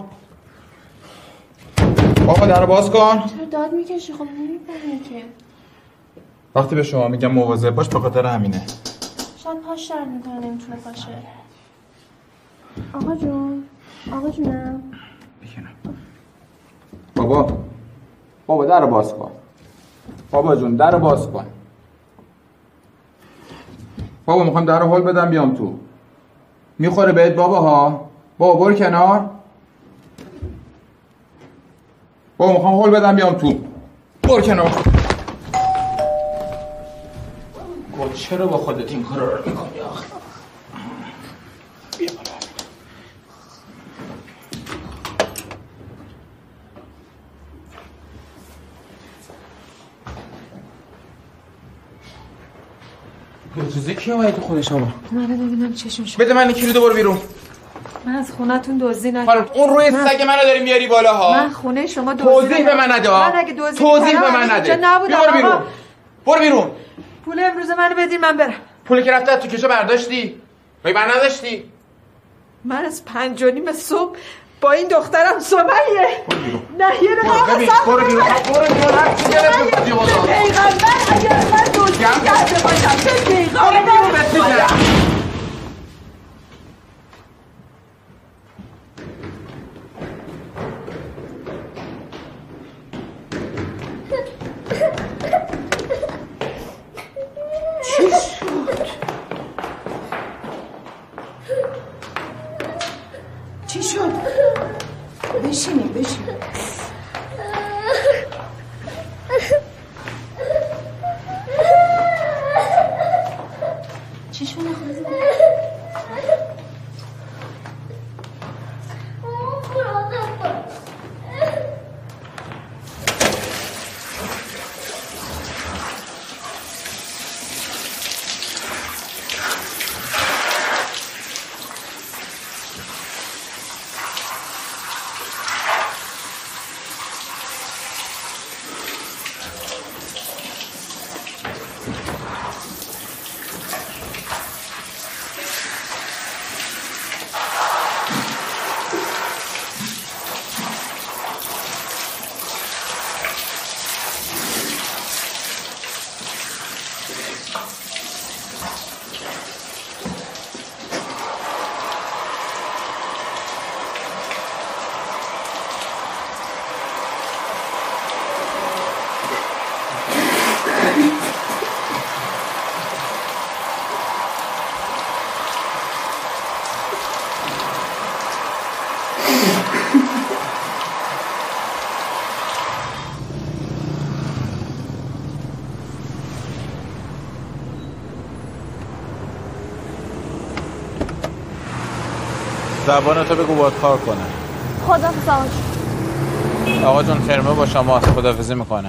بابا درو باز کن. چرا داد میکشی؟ خب نمی‌فهمی که. وقتی به شما میگم مواظب باش به خاطر همینه. شاید پاش درد میکنه نمیتونه باشه. آقا جون آقا جونم بکنم. بابا بابا درو باز کن. بابا جون درو باز کن. بابا میخوام درو هول بدم بیام تو. میخوره بهت بابا ها. بابا برو کنار. بابا میخوام هول بدم بیام تو. برو کنار. بابا چرا با خودت این کارا رو میکنی آخه؟ بیا بالا. روزه کی اومدی تو خونه شما؟ اومده ببینم چشون شد. بده من کلیدو برو بیرون. من از خونتون دزدی نکردم. خانم اون روی سگ منو داری میاری بالا ها. من خونه شما دزدی توضیح به من نده. من اگه دزدی توضیح به من نده. برو بیرون. برو بیرون. پول امروز منو بدین من برم. پولی که رفته تو کشو برداشتی؟ مگه من نداشتی؟ من از پنج و نیم صبح با این دخترم سمیه. نه یه برو ببین برو بیرون. برو بیرون. هر چی دلت بخواد خدا. پیغمبر اگر من دزدی کرده باشم چه پیغمبر چی شد؟ چی شد؟ بشینیم بشینیم. چی شد؟ زبانتو بگو باید کار کنه. خداحافظ آقا جون. آقا جون ترمه با شما خداحافظی میکنه.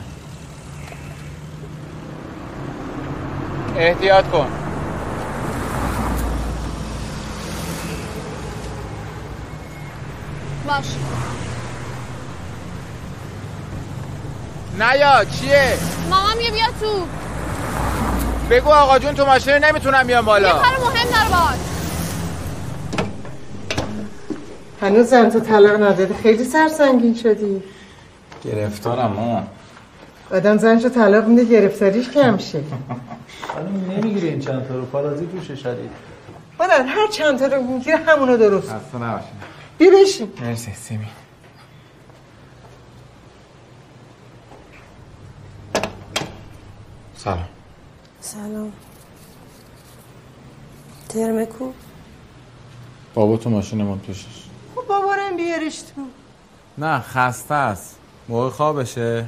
احتیاط کن. باش. نیا چیه؟ مامان میگه بیا تو. بگو آقا جون تو ماشین نمیتونم بیام بالا. یه کار مهم داره باهات. هنوز زن تو طلاق نداده خیلی سرسنگین شدی. گرفتارم مامان. آدم زنشو طلاق میده گرفتاریش کم شه. خانم نمیگیره این چند تا رو پارازیت روشه شدید. مادر هر چند تا رو میگیره همونو درست. خسته نباشین. بیا بشین. مرسی سیمی. سلام. سلام. ترمه کو؟ بابا تو ماشینمون توشش. خب بابارم بیارش تو. نه خسته است. موقع خوابشه.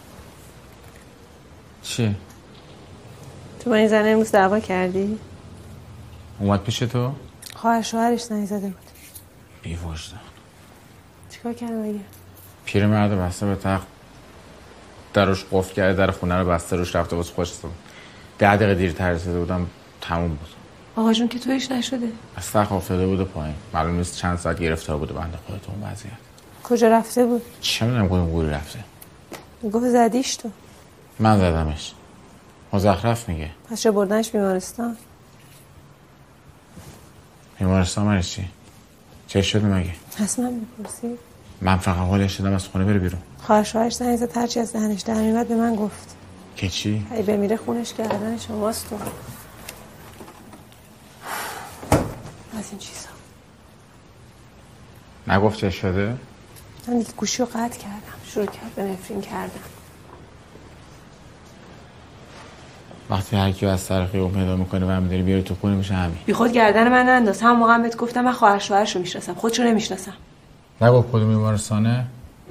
چی؟ تو با این زنه امروز دعوا کردی؟ اومد پیش تو؟ خواهر شوهرش نایزاده بود. بی وجدان. چیکار کردم اگه؟ پیرمرد بسته به تخت دروش قفل کرده، در خونه رو بسته روش رفته واسه خوش بود. ده دقیقه دیرتر رسیده بودم تموم بود. آقا جون که تویش نشده. از تخت افتاده بود پایین. معلوم نیست چند ساعت گرفتار بوده بنده خدا تو اون وضعیت. کجا رفته بود؟ چه میدونم کدوم گوری رفته. گفت زدیش تو. من زدمش. مزخرف میگه. پس چه بردنش بیمارستان؟ بیمارستان مرز چی؟ چه شده مگه؟ اصلا میپرسی؟ من فقط حالش شدم از خونه بره بیرون. خواهر شوهرش زنگ زد هرچی از دهنش در میاد به من گفت. که چی؟ ای بمیره خونش کردن شماست تو. از این چیزا. نگفت چه شده؟ من دیگه گوشی رو قطع کردم. شروع کرد به نفرین کردن. وقتی هر کی از طرف اون پیدا میکنه و هم داری بیاری تو خونه میشه همین. بی خود گردن من ننداز. هم موقع بهت گفتم من خواهر شوهرشو میشناسم. خودشو نمیشناسم. نگفت کدوم بیمارستانه؟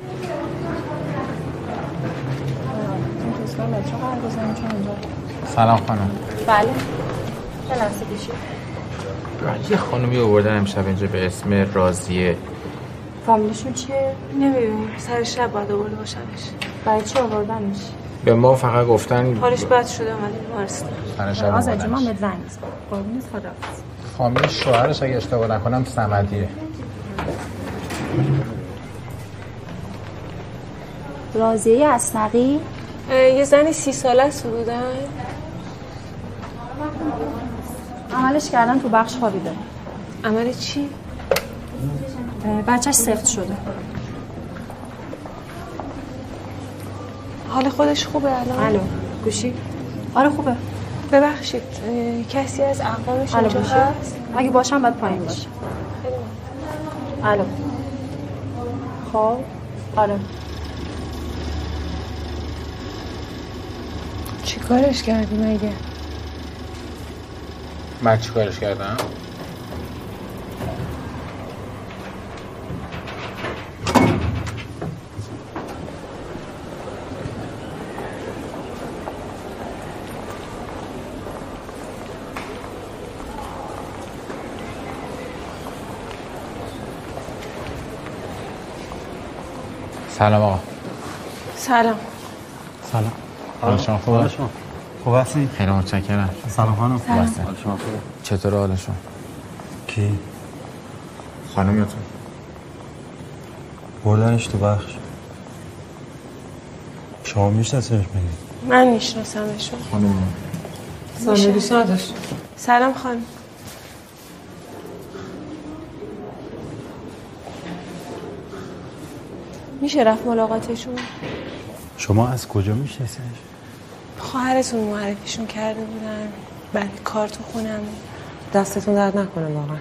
سلام خانم. بله. چه لحظه بشید. یه خانومی آوردن امشب اینجا به اسم راضیه. فامیلشون چیه؟ نمیدونم. سر شب باید آورده باشنش. برای چی آوردنش؟ به ما فقط گفتن حالش بد شده اومده بیمارستان. سر شب آزاد جون آوردنش. من بهت زنگ می‌زنم. قربونت خداحافظ. فامیل شوهرش اگه اشتباه نکنم صمدیه. راضیه اسنقی یه زن سی ساله است بودن. عملش کردن تو بخش خوابیده. عمل چی؟ بچهش سفت شده. حال خودش خوبه الان؟ الو گوشی؟ آره خوبه. ببخشید کسی از اقوامش اینجا هست؟ اگه باشم باید پایین باشه. الو خب آره چی کارش کردی مگه؟ من چی کارش کردم؟ سلام آقا. سلام. سلام. حال شما خوبه؟ حال شما خوب هستی؟ خیلی متشکرم. سلام خانم. سلام. حال شما خوبه؟ چطور حالشون؟ کی؟ خانومیتون. بردنش تو بخش. شما میشناسیمش میگید؟ من میشناسمشون. خانم. سلام دوست نداشت. سلام خانم. میشه رفت ملاقاتشون؟ شما از کجا میشناسیش؟ خواهرتون معرفیشون کرده بودن. برای کار تو خونم. دستتون درد نکنه واقعا.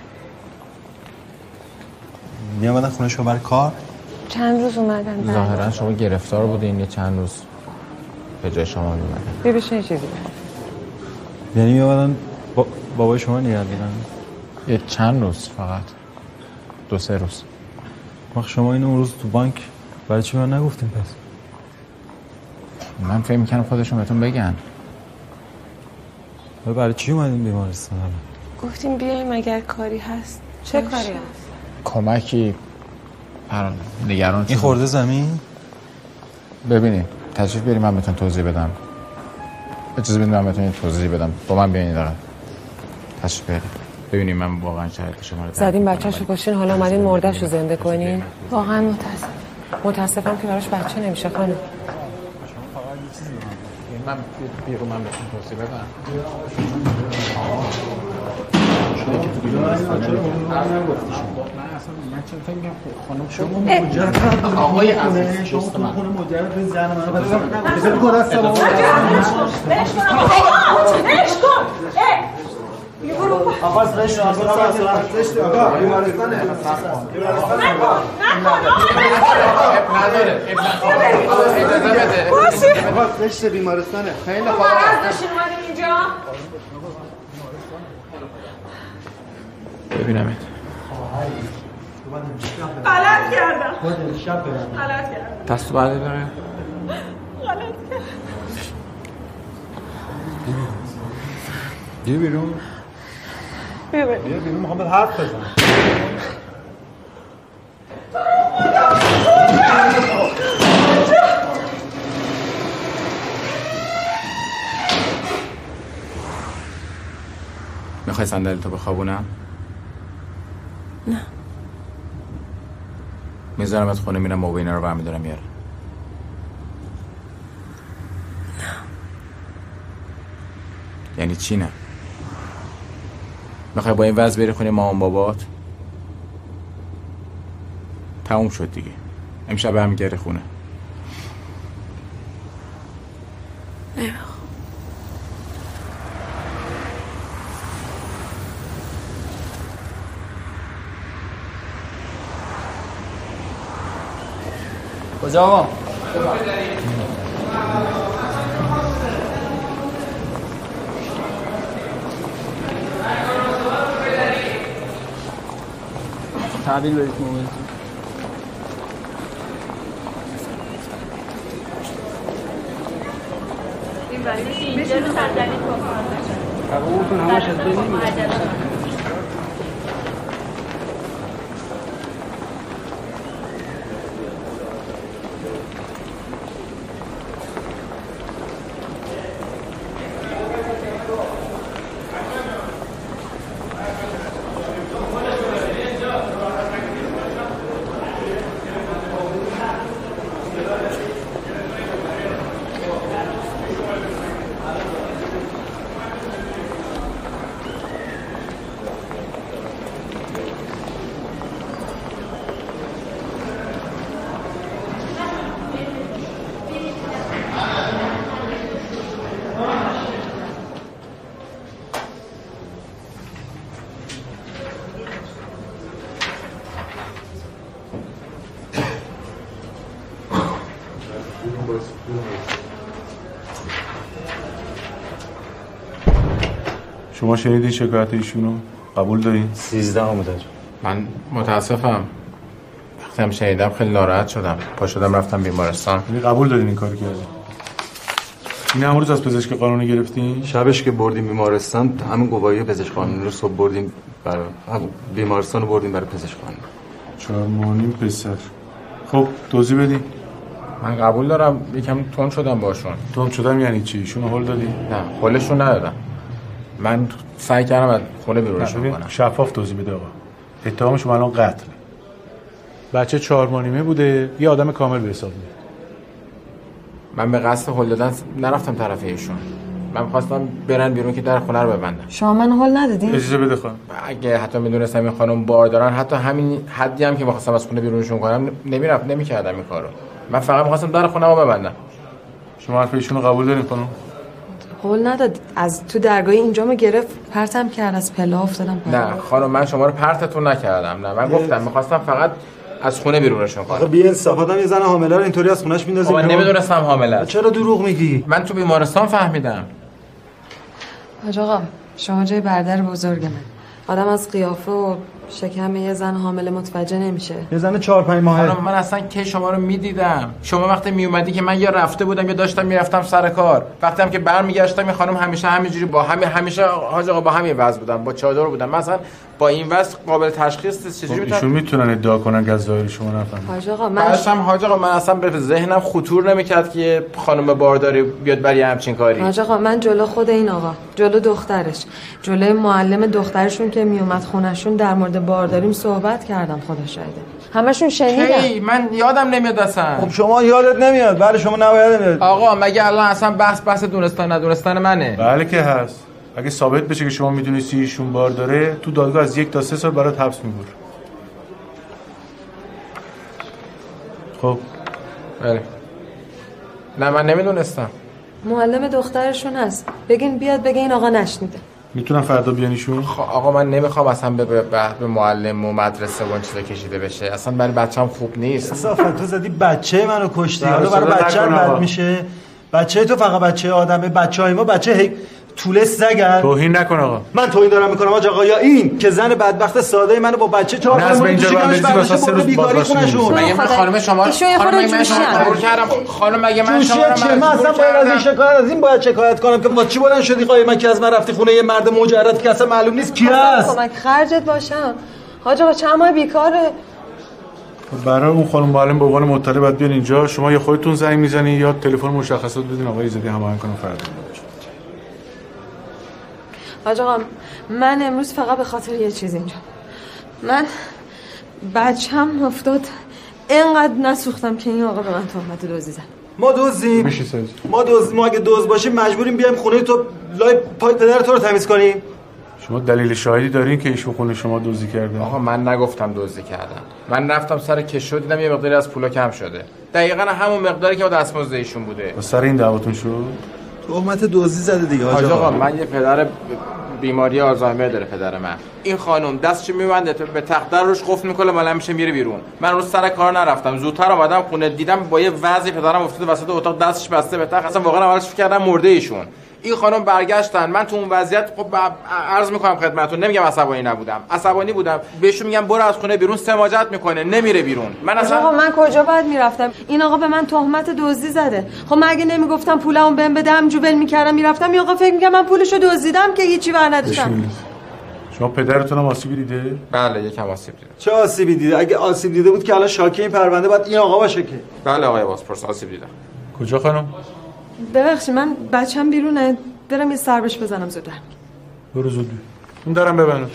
میامدن خونه شما برای کار؟ چند روز اومدن. ظاهرا شما گرفتار بودین یه چند روز به جای شما میومدن. بیا بشین چیزی. یعنی میامدن با... بابای شما نگه دیدن؟ یه چند روز فقط. دو سه روز. وقت شما اینو اون روز تو بانک برای چی من نگفتیم پس؟ من فکر میکنم خودشون بهتون بگن. برای چی اومدیم بیمارستان؟ گفتیم بیایم اگر کاری هست. چه کاری هست؟ کمکی پر نگران این خورده زمین؟ ببینید تشریف بیاریم من بهتون توضیح بدم. اجازه بدید من بهتون توضیح بدم. با من بیاین دارم. تشریف بیارید. ببینید من واقعا شرایط شما رو زدین بچه‌شو کشتین حالا اومدین مرده‌شو رو زنده کنین. واقعا متاسفم. متاسفم که براش بچه نمیشه خانم. من بیرون من بهتون توضیح بدم. شما مجرد آقای عزیز شما خونه مجرد به زن منو بزن کن از سلام برش کن برش کن یه برو آقا زشت آقا زشت آقا بیمارستانه نداره اجازه بده آقا زشت بیمارستانه خیلی خوب مرض داشتین اومدیم اینجا ببینمت غلط کردم شب برم غلط کردم دست بعد داره غلط کردم بیا بیرون بیا بیا بیرون میخوام به حرف بزنم میخوای میخوای صندلی تو بخوابونم؟ نه. میذارم از خونه میرم مبینه رو برمیدارم میارم. نه. یعنی چی نه؟ میخوای با این وضع بری خونه مامان بابات؟ تموم شد دیگه. امشب برمیگردی خونه. نمیخوام. کجا آقا؟ تحویل برید موبایل. این برای اینجا رو صندلی تو قبولتون همش از بین شما شنیدین شکایت ایشونو؟ قبول دارین؟ سیزده آمده. من متاسفم. وقتی هم شنیدم خیلی ناراحت شدم. پا شدم رفتم بیمارستان. یعنی قبول دارین این کارو کردین؟ این هم روز از پزشک قانونی گرفتین؟ شبش که بردیم بیمارستان همین گواهی پزشک قانونی رو صبح بردیم برای بیمارستان رو بردیم برای پزشک قانونی. چهار ماه پسر. خب توضیح بدین. من قبول دارم یکم تون شدم باشون. تون شدم یعنی چی؟ ایشون هول دادی؟ نه، هولشون ندادم. من سعی کردم از خونه بیرونشون کنم. شفاف توضیح بده آقا. اتهام شما الان قتل. بچه چهار ماه نیمه بوده، یه آدم کامل به حساب میاد. من به قصد هول دادن نرفتم طرف ایشون. من خواستم برن بیرون که در خونه رو ببندن. شما من هول ندادین؟ اجازه بده خانم. اگه حتی میدونستم این خانم بار دارن، حتی همین حدی هم که می‌خواستم از خونه بیرونشون کنم نمیرفت نمی‌کردم این کارو. من فقط می‌خواستم در خونه رو ببندم. شما حرف ایشونو قبول دارین خانم؟ هول نداد. از تو درگاه اینجامو گرفت پرتم کرد از پله افتادم پایین. نه خانم من شما رو پرتتون نکردم. نه من گفتم می‌خواستم فقط از خونه بیرونشون کنم. آخه بی انصاف آدم یه زن حامله رو اینطوری از خونه‌اش میندازه. من نمیدونستم حامله. چرا دروغ میگی؟ من تو بیمارستان فهمیدم. حاج آقا شما جای برادر بزرگ من. آدم از قیافه و شکم یه زن حامله متوجه نمیشه. یه زن چهار پنج ماهه. خانم من اصلا که شما رو میدیدم. شما وقتی می اومدی که من یا رفته بودم یا داشتم میرفتم سر کار. وقتی هم که برمیگشتم این خانم همیشه همینجوری با همین همیشه حاج آقا با همین وضع بودم، با چادر بودم. مثلا با این وضع قابل تشخیص نیست. چجوری ایشون میتونن ادعا کنن که از ظاهر شما نفهمیدن؟ حاج آقا من داشتم حاج آقا من اصلا به ذهنم خطور نمیکرد که یه خانم بارداری بیاد برای همچین کاری. حاج آقا من جلو خود این آقا، جلو دخترش، جلوی معلم دخترشون که میومد خونه‌شون در مورد بارداریم صحبت کردم. خدا شاهده همشون شنیدن. من یادم نمیاد اصلا. خب شما یادت نمیاد؟ بله شما نباید نمیاد. آقا مگه الان اصلا بحث بحث دونستان ندونستان منه؟ بله که هست. اگه ثابت بشه که شما میدونستی ایشون بار داره، تو دادگاه از یک تا سه سال برات حبس میبره. خب بله. نه من نمیدونستم. معلم دخترشون هست. بگین بیاد بگه این آقا نشنیده. میتونم فردا بیانیشون؟ آقا من نمیخوام اصلا به به معلم و مدرسه و اون چیزا کشیده بشه. اصلا برای بچه‌م خوب نیست. صافت تو زدی بچه منو کشتی. حالا برای بچه بد میشه. بچه تو فقط بچه آدمه. بچهای ما بچه هی طول سگن. توهین نکن آقا. من توهین دارم میکنم آقا یا این که زن بدبخت ساده منو با بچه چهار تا ماه اینجا واسه سه روز بیکاری خونه‌شون. مگه من خانم شما خانم من شما قبول کردم. خانم مگه من شما رو من اصلا باید از این شکایت از این باید شکایت کنم که واسه چی بلند شدی قایم من که از من رفتی خونه یه مرد مجرد که اصلا معلوم نیست کی است. کمک خرجت باشم. حاج آقا چند ماه بیکاره. برای اون خانم معلم به عنوان مطلع باید بیان اینجا. شما یا خودتون زنگ میزنی یا تلفن مشخصات بدین آقای ایزدی هماهنگ کنه فردا. حاج آقا من امروز فقط به خاطر یه چیز اینجا. من بچم افتاد اینقدر نسوختم که این آقا به من تهمت دزدی زد. ما دزدیم؟ ما دوز ما اگه دوز باشیم مجبوریم بیایم خونه تو لای پای پدر تو رو تمیز کنیم. شما دلیل شاهدی دارین که ایشون خونه شما دزدی کرده؟ آقا من نگفتم دزدی کردن. من رفتم سر کشو دیدم یه مقداری از پولا کم شده. دقیقاً همون مقداری که با دستمزد ایشون بوده. با سر این دعواتون شد؟ تهمت دزدی زده دیگه حاج آقا. من یه پدر بیماری آلزایمر داره پدر من. این خانم دستش میبنده به تخت در روش قفل میکنه مالا میشه میره بیرون. من روز سر کار نرفتم. زودتر اومدم خونه دیدم با یه وضعی پدرم افتاده وسط اتاق دستش بسته به تخت. اصلا واقعا اولش فکر کردم مرده ایشون. این خانم برگشتن. من تو اون وضعیت خب عرض میکنم خدمتتون نمیگم عصبانی نبودم. عصبانی بودم. بهشون میگم برو از خونه بیرون سماجت میکنه نمیره بیرون. من اصلا آقا من کجا باید میرفتم؟ این آقا به من تهمت دزدی زده. خب من اگه نمیگفتم پولمو بهم بده همجور ول میکردم میرفتم این آقا فکر میگم من پولشو دزدیدم که هیچی بر نداشتم. شما پدرتون هم آسیبی دیده؟ بله یکم آسیب دیده. چه آسیبی دیده؟ اگه آسیب دیده بود که الان شاکی این پرونده باید این آقا باشه که. بله آقای بازپرس آسیب دیدم. کجا خانم؟ ببخشید من بچم بیرونه برم یه سر بهش بزنم زود برم. برو زود. اون درم ببند.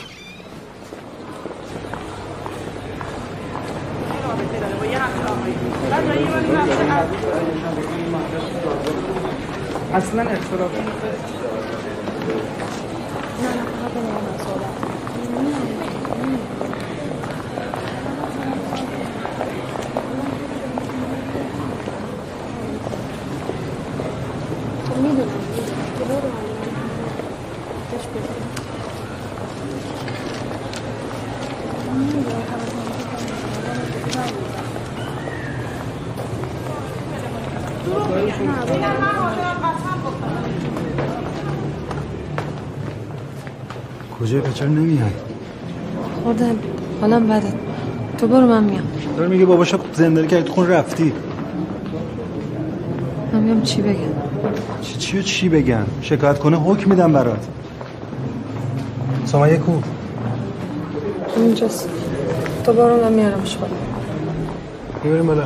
اصلا اختلاف کجای پچر نمیای؟ خوردم حالم بده. تو برو من میام. داره میگه باباشا زندگی کرد خون رفتی. من میام چی بگم؟ چی چی و چی بگم؟ شکایت کنه حکم میدم برات. سامیه کو؟ اینجاست. تو برو من میارمش بالا. بریم بالا.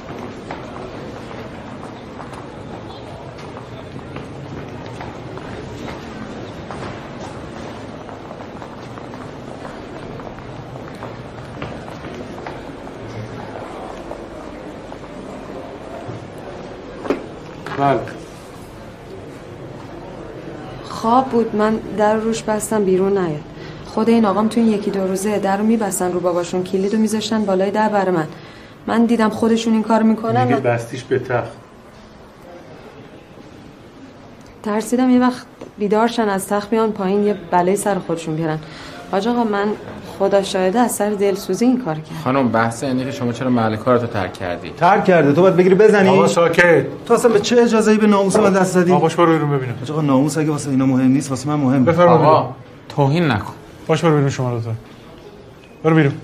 بله. خواب بود من در روش بستم بیرون نیاد. خود این آقام تو این یکی دو روزه در رو میبستن رو باباشون کلیدو میذاشتن بالای در برای من. من دیدم خودشون این کارو میکنن. میگه بستیش به تخت. ترسیدم یه وقت بیدارشن از تخت بیان پایین یه بلای سر خودشون بیارن. حاج آقا من خدا شاهده از سر دلسوزی این کار کردم. خانم بحث اینه که شما چرا محل کارتو ترک کردی؟ ترک کرده تو باید بگیری بزنی. آقا ساکت. تو اصلا به چه اجازه‌ای به ناموس من دست زدی؟ آقا باش برو بیرون ببینم. آقا ناموس اگه واسه اینا مهم نیست واسه من مهمه. بفرما. آقا توهین نکن. باش برو بیرون شما لطفا. برو بیرون.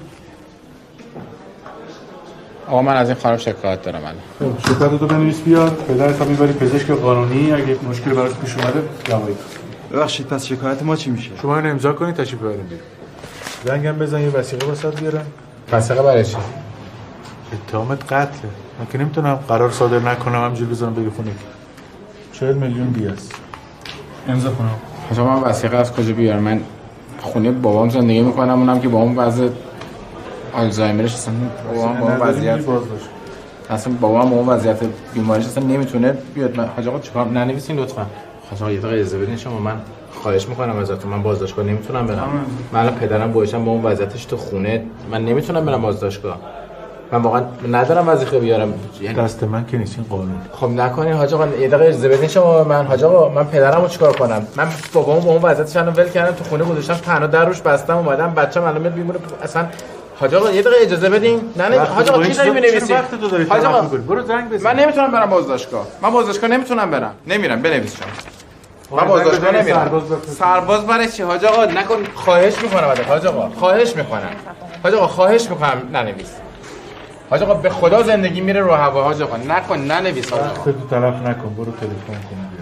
آقا من از این خانم شکایت دارم الان. شکایتتو بنویس بیار. پدرت هم میبری پزشک قانونی اگه مشکلی براش پیش اومده جواب. ببخشید پس شکایت ما چی میشه؟ شما اینو امضا کنید تشریف ببرید بیرون. زنگم بزن یه وثیقه واسات بیارم. وثیقه برای چی؟ اتهامت قتله. من که نمیتونم قرار صادر نکنم همینجوری بزنم بگه خونه. چهل میلیون دیاست. امضا کنم. حاجا من وثیقه از کجا بیارم؟ من خونه بابام زندگی میکنم اونم که با اون وضع آلزایمرش اصلا بابام با اون وضعیت اصلا بابام با اون وضعیت بیماریش اصلا نمیتونه بیاد. من حاج آقا چیکار ننویسین لطفا. حاج آقا یه دقیقه اجازه بدین شما من خواهش میکنم ازتون من بازداشتگاه نمیتونم برم. من الان پدرم باشم با اون وضعیتش تو خونه من نمیتونم برم بازداشتگاه. من واقعا ندارم وظیفه بیارم. یعنی دست من که نیست این قانون. خب نکنین حاج آقا یه دقیقه اجازه بدین شما من حاج آقا من پدرمو چیکار کنم؟ من بابامو با اون وضعیتش الان ول کردم تو خونه گذاشتم تنها در روش بستم اومدم بچه‌م الان میاد بیمونه اصلا. حاج آقا یه دقیقه اجازه بدین. نه نه حاج آقا چی داری می‌نویسی؟ حاج آقا برو زنگ بزن. من نمیتونم برم بازداشتگاه. من بازداشتگاه نمیتونم برم. نمیرم بنویس شما. من بازداشتگاه نمیرم. سرباز برای چی حاج آقا؟ نکن خواهش میکنم ازت حاج آقا. خواهش میکنم. حاج آقا خواهش میکنم ننویس. حاج آقا به خدا زندگی میره رو هوا حاج آقا نکن ننویس حاج آقا. خودت تلف نکن برو تلفن کن بیا.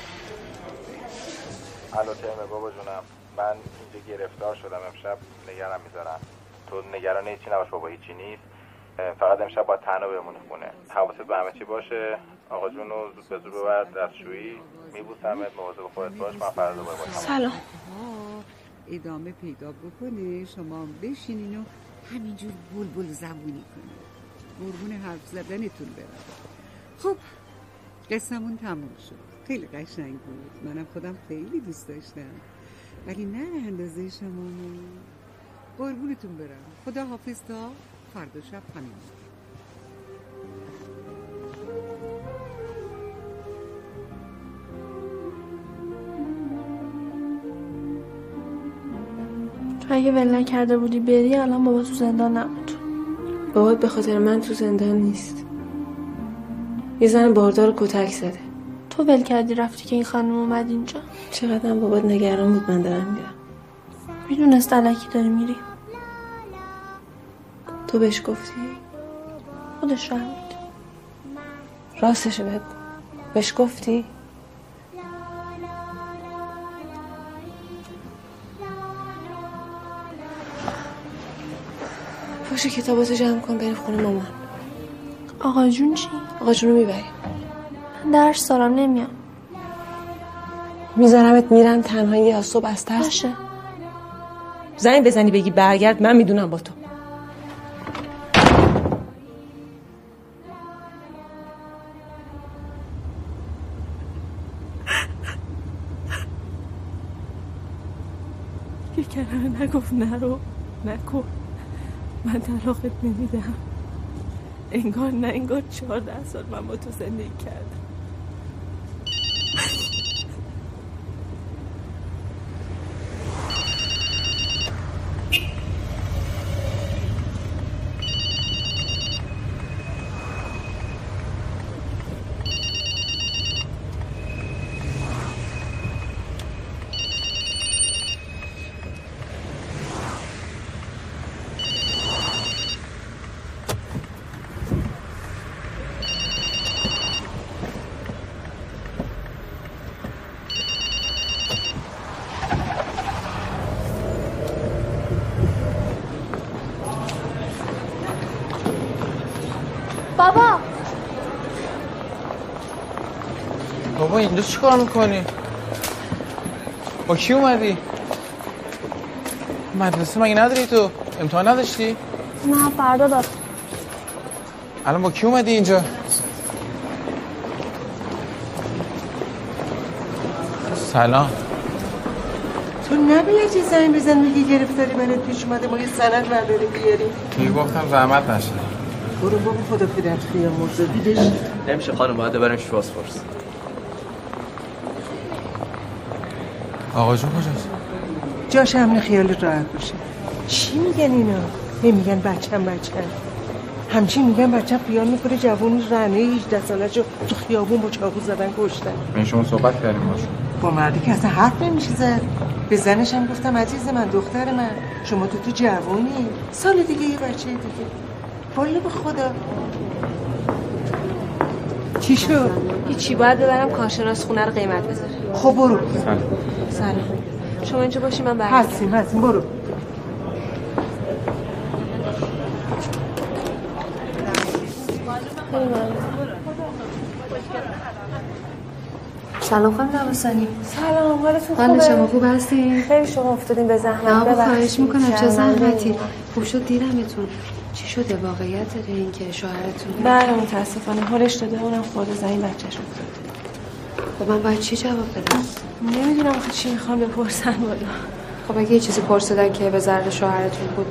الو ترم بابا جونم من اینجا گرفتار شدم امشب نگران میذارم تو نگران هیچی نباش بابا هیچی نیست فقط امشب باید تنها بمونی خونه. حواست به همه چی باشه. آقا جون رو زود به زود ببر دستشویی. میبوسمت، مواظب خودت باش. من فردا دوباره باشم. سلام. ادامه پیدا بکنه، شما بشینین و همینجور بلبل زبونی کنین. قربون حرف زدنتون برم. خب قسمون تموم شد. خیلی قشنگ بود. منم خودم خیلی دوست داشتم. ولی نه اندازه شما. قربونتون برم. خدا حافظ تا فردا شب همین. تو اگه ول نکرده بودی بری الان بابا تو زندان نبود. بابات به خاطر من تو زندان نیست. یه زن باردار رو کتک زده. تو ول کردی رفتی که این خانم اومد اینجا. چقدر هم بابات نگران بود من دارم میرم. میدونست الکی داری میری. تو بهش گفتی؟ خودش فهمید. راستشو بگو. بهش گفتی؟ باشه کتاباتو جمع کن بریم خونه مامان. آقا جون چی؟ آقا جون رو میبریم. من درس دارم نمیام. میذارمت میرم تنهایی از صبح از ترس. باشه. زنگ بزنی بگی برگرد من میدونم با تو. یه کلمه نگفت نرو نکن. من طلاقت نمیدم. انگار نه انگار چهارده سال من با تو زندگی کردم. بابا بابا اینجا چی کار میکنی؟ با کی اومدی؟ مدرسه مگه نداری تو؟ امتحان نداشتی؟ نه فردا دارم. الان با کی اومدی اینجا؟ سلام. تو نباید یه زنگ بزن میگی گرفتاری برات پیش اومده ما یه سند برداری بیاریم. میگفتم زحمت نشه. برو بابا خدا پدر خیام مرزا دیدش. نمیشه خانم باید بریم فاسفورس. آقا جون کجاست؟ جاش همین خیال راحت باشه. چی میگن اینا؟ نمیگن بچم بچم. همچین میگن بچم خیال میکنه جوونی رنه هجده سالشو تو خیابون با چاقو زدن کشتن. من شما صحبت کردیم باشون. با مردی که اصلا حرف نمیشه زد. به زنش هم گفتم عزیز من دختر من شما تو تو جوونی سال دیگه یه بچه دیگه. والا به خدا چی شد؟ هیچی باید ببرم کارشناس خونه رو قیمت بذاره. خب برو. سلام. سلام. شما اینجا باشی من برگردم. هستیم هستیم برو. سلام خانم لواسانی. سلام حالتون خوبه؟ حال شما خوب هستین؟ خیلی شما افتادین به زحمت. نه خواهش میکنم چه زحمتی. خوب شد دیدمتون. چی شده واقعیت داره این که شوهرتون؟ بله متاسفانه حالش داده اونم خورده زمین بچه‌ش افتاده. خب من باید چی جواب بدم؟ نمیدونم آخه چی میخوام بپرسن والا. خب اگه یه چیزی پرسیدن که به ضرر شوهرتون بود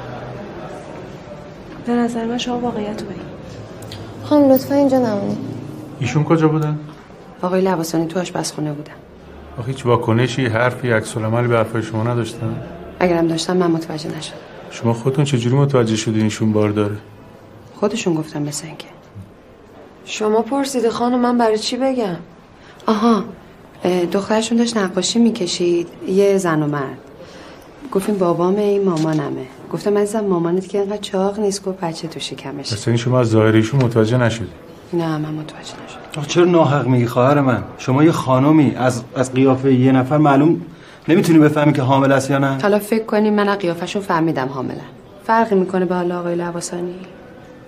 به نظر من شما واقعیت رو بگید. خانم لطفا اینجا نمونید. ایشون کجا بودن؟ آقای لواسانی تو آشپزخونه بودن. آخه هیچ واکنشی حرفی عکس العملی به حرفای شما نداشتن؟ اگرم داشتم من متوجه نشدم. شما خودتون چجوری متوجه شدین ایشون بار داره؟ خودشون گفتم مثل اینکه. شما پرسیده خانم من برای چی بگم؟ آها دخترشون داشت نقاشی میکشید یه زن و مرد. گفتیم بابام این مامانمه. گفتم عزیزم مامانت که اینقدر چاق نیست گفت بچه تو شکمشه. اصلا شما از ظاهریشون متوجه نشدید؟ نه من متوجه نشدم. چرا ناحق میگی خواهر من؟ شما یه خانومی از از قیافه یه نفر معلوم نمیتونی بفهمی که حامل است یا نه؟ حالا فکر کنیم من از قیافه‌شون فهمیدم حاملن. فرقی میکنه با حال آقای لواسانی؟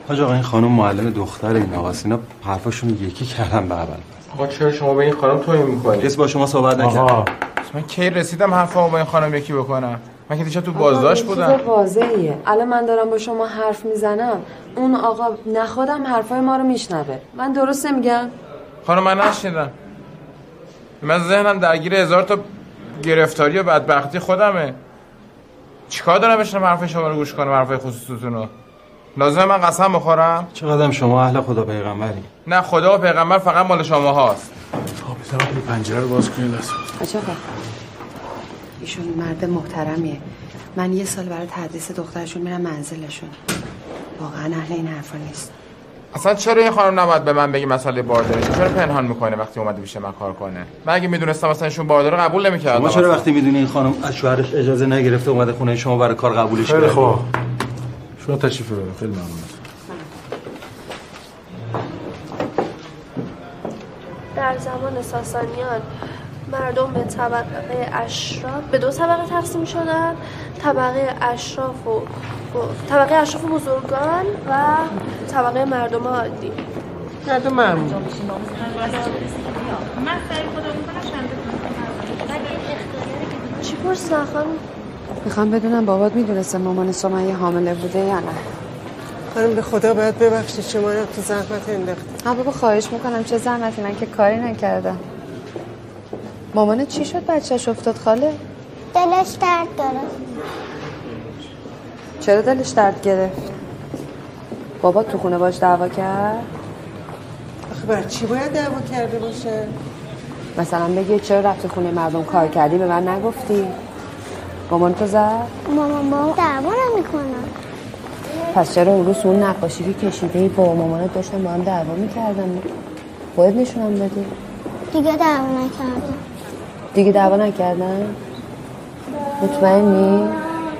حاج آقا این خانم معلم دختر این آقاست، اینا حرفاشون یکی کردن به اول. آقا چرا شما به این خانم توهین می‌کنید؟ کسی با شما صحبت نکرد. آقا من کی رسیدم حرفمو با این خانم یکی بکنم؟ من که دیشب تو بازداشت بودم. چیز واضحیه. الان من دارم با شما حرف میزنم، اون آقا نخودم حرفای ما رو میشنوه. من درست نمیگم؟ خانم من نشنیدم. من ذهنم درگیر هزار تا گرفتاری و بدبختی خودمه. چیکار دارم بشنم حرف شما رو گوش کنم، حرفای خصوصیتون رو؟ لازمه من قسم بخورم؟ چقدر شما اهل خدا پیغمبری؟ نه خدا و پیغمبر فقط مال شما هاست. خب بذار پنجره رو باز کنید لحظه. آقا ایشون مرد محترمیه. من یه سال برای تدریس دخترشون میرم منزلشون. واقعا اهل این حرفا نیست. اصلا چرا این خانم نباید به من بگی مسئله باردارش؟ چرا پنهان میکنه وقتی اومده پیش من کار کنه؟ من اگه میدونستم مثلا ایشون بارداره قبول نمیکردم. شما چرا وقتی میدونی این خانم از شوهرش اجازه نگرفته اومده خونه شما برای کار قبولش کرده؟ خیلی خوب. شما تشریف ببرید. خیلی ممنون. در زمان ساسانیان مردم به طبقه اشراف به دو طبقه تقسیم شدن، طبقه اشراف و طبقه اشراف و بزرگان و طبقه مردم عادی. مردم معمول. چی پرسیدن خانم؟ میخوام بدونم بابات میدونسته مامان سمیه حامله بوده یا نه؟ خانم به خدا باید ببخشید شما رو تو زحمت انداختم. ها بابا خواهش میکنم، چه زحمتی، من که کاری نکردم. مامانت چی شد بچهش افتاد خاله؟ دلش درد داره. چرا دلش درد گرفت؟ بابا تو خونه باش دعوا کرد؟ آخه بر چی باید دعوا کرده باشه؟ مثلا بگی چرا رفتی خونه مردم کار کردی به من نگفتی؟ مامان تو زد؟ مامان با دعوا نمیکنن. پس چرا اون روز اون نقاشی که کشیدی با مامانت داشتن با هم دعوا میکردن؟ باید نشونم بدی. دیگه دعوا نکردن. دیگه دعوا نکردن؟ مطمئنی؟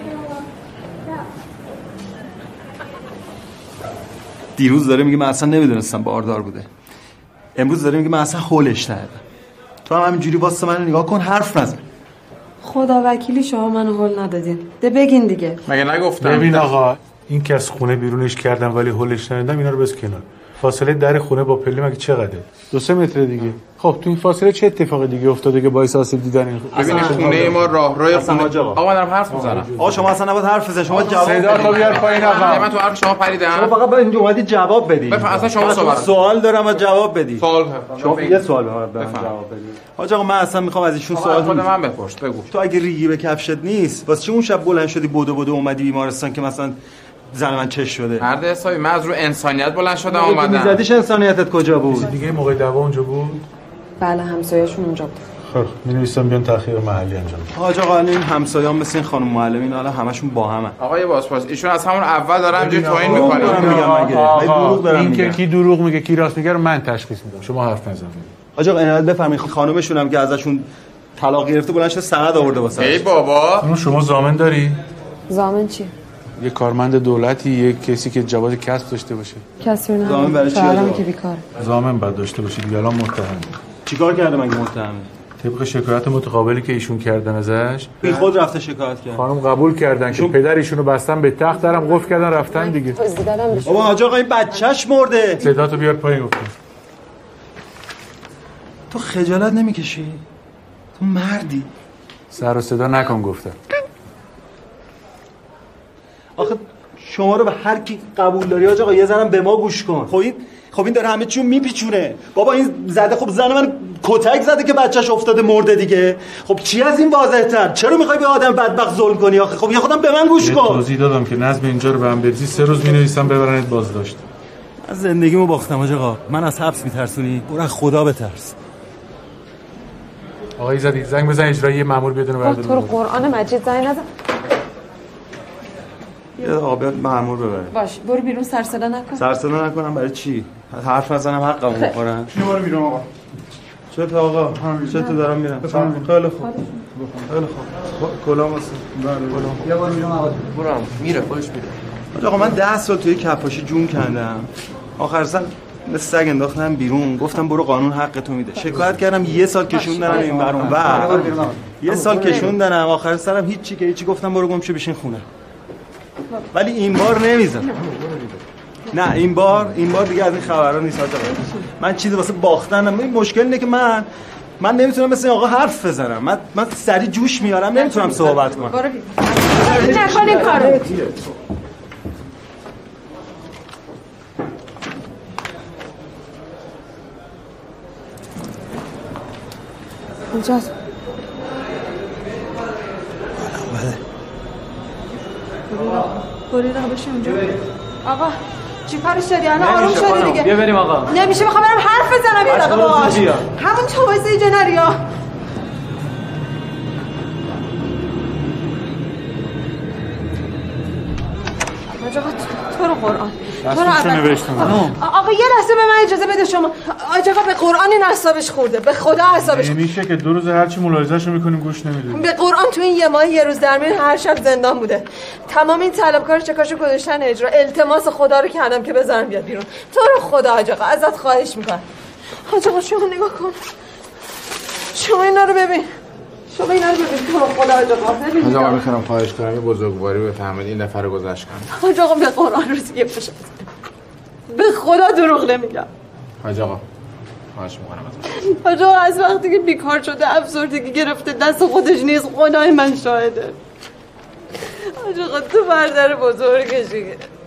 دیروز داره میگه من اصلا نمیدونستم باردار بوده. امروز داره میگه من اصلا هولش ندادم. تو هم همینجوری واسه من نگاه کن، حرف نزن. خدا وکیلی شما منو هول ندادین. ده بگین دیگه. مگه نگفتم؟ ببین آقا این که از خونه بیرونش کردم ولی هولش ندادم، اینا رو بس کنار. فاصله در خونه با پله مگه چقدره؟ دو سه متر دیگه. خب تو این فاصله چه اتفاقی دیگه افتاده که باعث آسیب دیدن این؟ ببین خونه ما راهروی خونه. آقا من دارم حرف میزنم. آقا شما اصلا نباید حرف بزنید. شما جواب صدا تو بیار پایین آقا. من تو حرف شما پریدم. شما فقط باید اینجا اومدی جواب بدی. بفهم اصلا شما صحبت. سوال دارم و جواب بدی. سوال شما یه سوال به من جواب بدی. آقا آقا من اصلا میخوام از ایشون سوال خود من بپرس بگو. تو اگه ریگی به کفشت نیست، واسه چه اون شب بلند شدی بدو بدو اومدی بیمارستان که مثلا زن من چش شده؟ مرد حسابی من از رو انسانیت بلند شدم اومدم. میزدیش انسانیتت کجا بود؟ دیگه موقع دعوا اونجا بود؟ بله همسایه‌شون اونجا بود. خب می‌نویسم بیان تأخیر محلی انجام. حاج آقا این همسایه‌ام مثل این خانم معلم اینا الان همشون با همن. آقای بازپرس ایشون از همون اول دارن اینجوری توهین می‌کنه. میگم مگه دروغ دارن این که کی دروغ میگه کی راست میگه رو من تشخیص میدم. شما حرف نزنید. حاج آقا عنایت بفرمایید خانومشون هم که ازشون طلاق گرفته بلند شده سند آورده واسه. ای بابا اون شما ضامن داری؟ ضامن چی؟ یه کارمند دولتی، یه کسی که جواز کسب داشته باشه. کسی نه. ضامن برای چی؟ که بیکاره. ضامن بعد داشته باشه دیگه. الان متهم. چیکار کرده مگه متهم؟ طبق شکایت متقابلی که ایشون کردن ازش بی خود رفته شکایت کرد. خانم قبول کردن که پدر ایشونو بستن به تخت، درم قفل کردن رفتن دیگه. بابا حاج آقا این بچهش مرده. صداتو بیار پایین گفتم. تو خجالت نمیکشی؟ تو مردی. سر و صدا نکن گفتم. آخه شما رو به هر کی قبول داری حاج آقا یه ذره به ما گوش کن. خب این خب این داره همه چیو میپیچونه. بابا این زده خب زن من کتک زده که بچهش افتاده مرده دیگه. خب چی از این واضح‌تر؟ چرا میخوای به آدم بدبخت ظلم کنی آخه؟ خب یه خودم به من گوش کن. توضیح دادم که نظم اینجا رو به هم بریزی، سه روز مینویسم ببرنت بازداشت. از زندگیمو باختم حاج آقا. من از حبس میترسونی؟ برو خدا بترس. آقای زدی زنگ بزن اجرایی مأمور بدون بردار. تو رو قرآن مجید زنگ نزن. یه آقا مأمور ببره. باش برو بیرون سر صدا نکن. سر صدا نکنم برای چی؟ حرف نزنم حقمو بخورن. شما برو بیرون آقا. چطور آقا؟ چطور دارم میرم؟ خیلی خوب. خیلی خوب. کلام واسه. بله کلام. یه بار بیرون آقا. برو میره خودش میره. آقا من ده سال توی کپاشی جون کندم. آخر سر مثل سگ انداختم بیرون. گفتم برو قانون حق تو میده. شکایت کردم یه سال کشوندنم این ور اون ور. یه سال کشوندنم آخر سرم هیچی که هیچی گفتم برو گم شو بشین خونه. ولی این بار نمیزنم. نه این بار این بار دیگه از این خبرها نیست آقا. من چیزی واسه باختنم. این مشکل اینه که من من نمیتونم مثل آقا حرف بزنم. من من سری جوش میارم، نمیتونم صحبت کنم. برو نکن این کارو. اینجاست. بری را بشی اونجا. آقا چی کارش داری؟ الان آروم شدی دیگه. بیا بریم آقا. نمیشه، میخوام برم حرف بزنم یه دقیقه باهاش. همون تو واسه اینجا نریا. آقا تو رو قرآن. تو رو آقا یه لحظه به من اجازه بده شما. آقا به قرآن این اعصابش خورده. به خدا اعصابش. نمیشه که دو روز هر چی ملاحظه‌شو میکنیم گوش نمیدونیم. به قرآن تو این یه ماه یه روز در میون هر شب زندان بوده. تمام این طلبکار چکاشو گذاشتن اجرا. التماس خدا رو کردم که بذارم بیاد بیرون. تو رو خدا آقا ازت خواهش میکنم. آقا شما نگاه کن. شما اینا رو ببین. شما اینا رو ببین. تو رو خدا آقا ببین. آقا میخوام خواهش کنم یه بزرگواری بفهمید این نفر رو گذاشت کنم. آقا به قرآن روزی یه بشه. به خدا دروغ نمیگم. حاج آقا خواهش میکنم آقا از وقتی که بیکار شده افسردگی گرفته دست خودش نیست، خدای من شاهده. آقا تو برادر بزرگشی.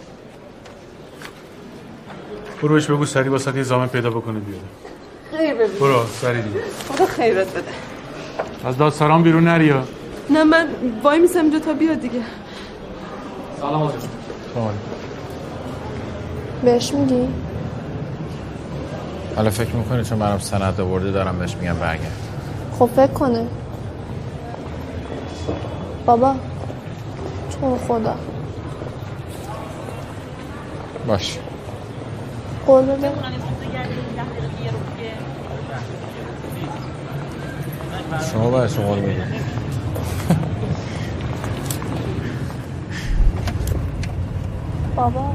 برو بهش بگو سری واسه یه زامن پیدا بکنه بیاره. خیر ببین. برو سری دیگه. خدا خیرت بده. از دادسران بیرون نریا. نه من وای میسم اینجا تا بیاد دیگه. سلام آقا. سلام. بهش میگی؟ حالا فکر میکنی چون منم سند آورده دارم بهش میگم برگرد. خب فکر کنه. بابا تو خدا باش. قول بده. شما باید شما قول بده. بابا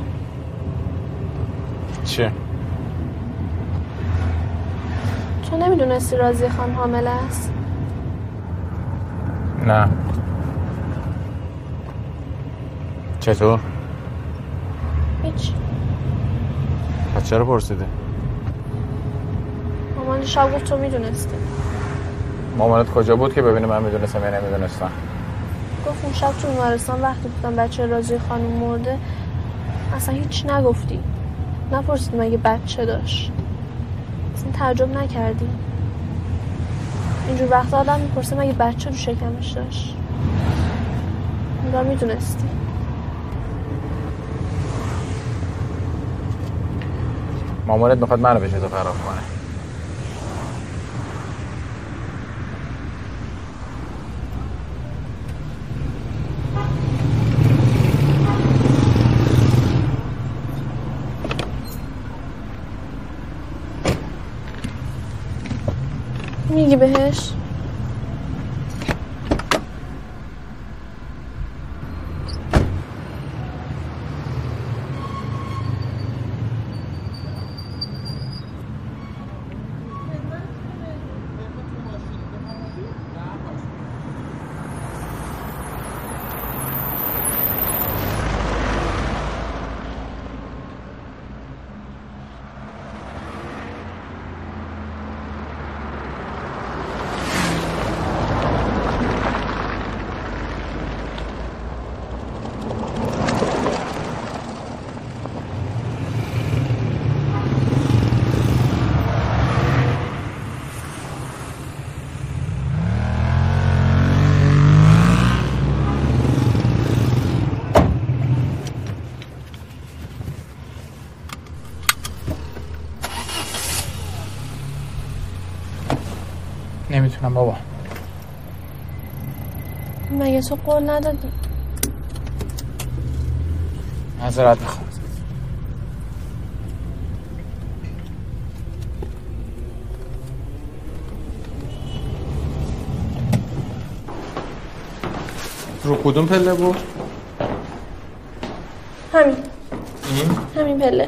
چه؟ تو نمیدونستی راضی خان حامله است؟ نه. چطور؟ هیچ. پس چرا پرسیده؟ مامان شب گفت تو میدونستی. مامانت کجا بود که ببینه من میدونستم یا نمیدونستم؟ گفت اون شب تو بیمارستان وقتی بودم بچه راضی خانم مرده اصلا هیچ نگفتی. نپرسید مگه بچه داشت. اصلا تعجب نکردی. اینجور وقتا آدم میپرسه مگه بچه رو شکمش داشت. انگار میدونستی. مامانت میخواد منو به چه تو خراب کنه. میگی بهش؟ نمیتونم بابا. مگه تو قول ندادی؟ معذرت میخوام. رو کدوم پله بود؟ همین. این؟ همین پله.